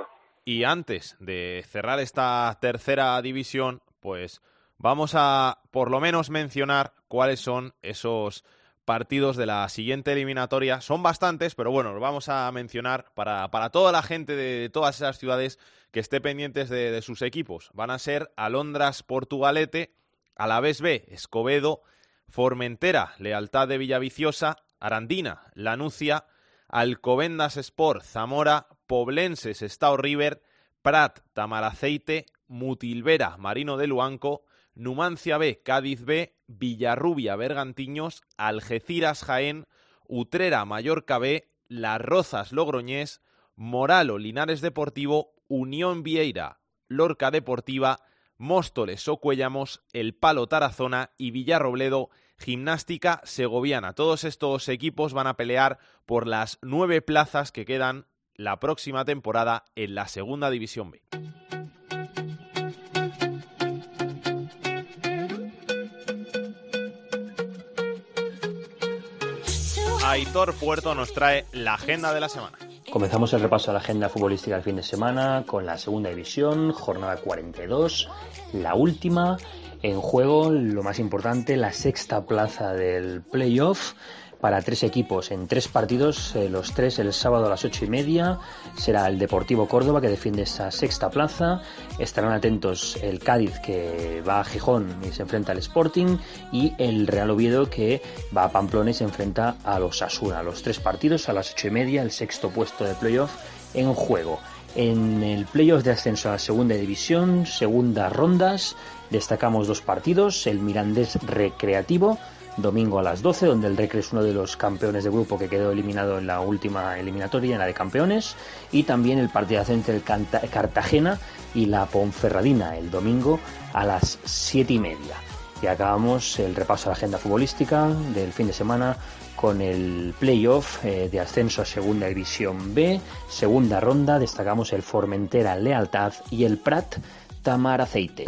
Y antes de cerrar esta tercera división, pues vamos a por lo menos mencionar cuáles son esos partidos de la siguiente eliminatoria. Son bastantes, pero bueno, los vamos a mencionar para, para toda la gente de todas esas ciudades que esté pendientes de, de sus equipos. Van a ser Alondras Portugalete, Alavés B, Escobedo, Formentera, Lealtad de Villaviciosa, Arandina, Lanucia, Alcobendas Sport, Zamora, Poblenses, Sestao River, Prat, Tamaraceite, Mutilvera, Marino de Luanco, Numancia B, Cádiz B, Villarrubia, Bergantiños, Algeciras, Jaén, Utrera, Mallorca B, Las Rozas, Logroñés, Moralo, Linares Deportivo, Unión Vieira, Lorca Deportiva, Móstoles, Socuellamos, El Palo, Tarazona y Villarrobledo, Gimnástica Segoviana. Todos estos equipos van a pelear por las nueve plazas que quedan la próxima temporada en la Segunda División B. Aitor Puerto nos trae la agenda de la semana. Comenzamos el repaso a la agenda futbolística del fin de semana con la Segunda División, jornada cuarenta y dos, la última. En juego, lo más importante, la sexta plaza del playoff para tres equipos en tres partidos, eh, los tres el sábado a las ocho y media. Será el Deportivo Córdoba que defiende esa sexta plaza. Estarán atentos el Cádiz que va a Gijón y se enfrenta al Sporting, y el Real Oviedo que va a Pamplona y se enfrenta a los Osasuna. Los tres partidos a las ocho y media, el sexto puesto de playoff en juego. En el playoff de ascenso a la Segunda División, segundas rondas, destacamos dos partidos: el Mirandés Recreativo, domingo a las doce, donde el Recre es uno de los campeones de grupo que quedó eliminado en la última eliminatoria, en la de campeones, y también el partidazo entre el Cartagena y la Ponferradina, el domingo a las siete y media. Y acabamos el repaso a la agenda futbolística del fin de semana con el playoff eh, de ascenso a Segunda División B, segunda ronda. Destacamos el Formentera Lealtad y el Prat Tamaraceite.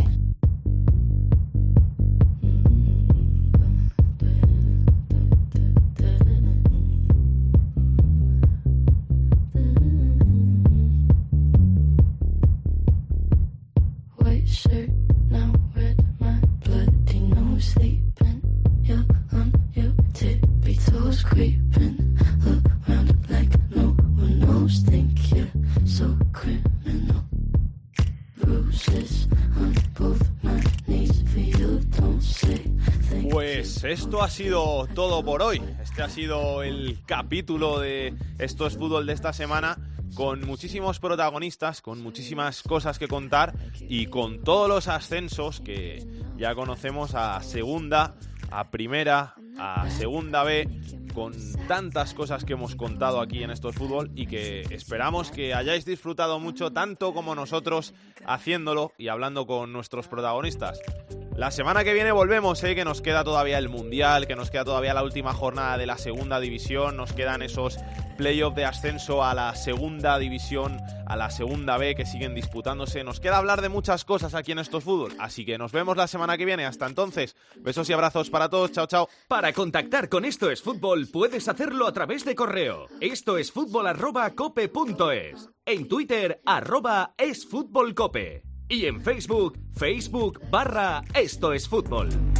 Pues esto ha sido todo por hoy. Este ha sido el capítulo de Esto es Fútbol de esta semana, con muchísimos protagonistas, con muchísimas cosas que contar y con todos los ascensos que ya conocemos a Segunda, a Primera, a Segunda B, con tantas cosas que hemos contado aquí en Esto es Fútbol y que esperamos que hayáis disfrutado mucho, tanto como nosotros haciéndolo y hablando con nuestros protagonistas. La semana que viene volvemos, ¿eh? Que nos queda todavía el Mundial, que nos queda todavía la última jornada de la Segunda División, nos quedan esos playoffs de ascenso a la Segunda División, a la Segunda B, que siguen disputándose. Nos queda hablar de muchas cosas aquí en Esto es Fútbol, así que nos vemos la semana que viene. Hasta entonces, besos y abrazos para todos. Chao, chao. Para contactar con Esto es Fútbol puedes hacerlo a través de correo. Esto es fútbol arroba cope punto es. En Twitter, arroba esfutbolcope. Y en Facebook, Facebook barra Esto es Fútbol.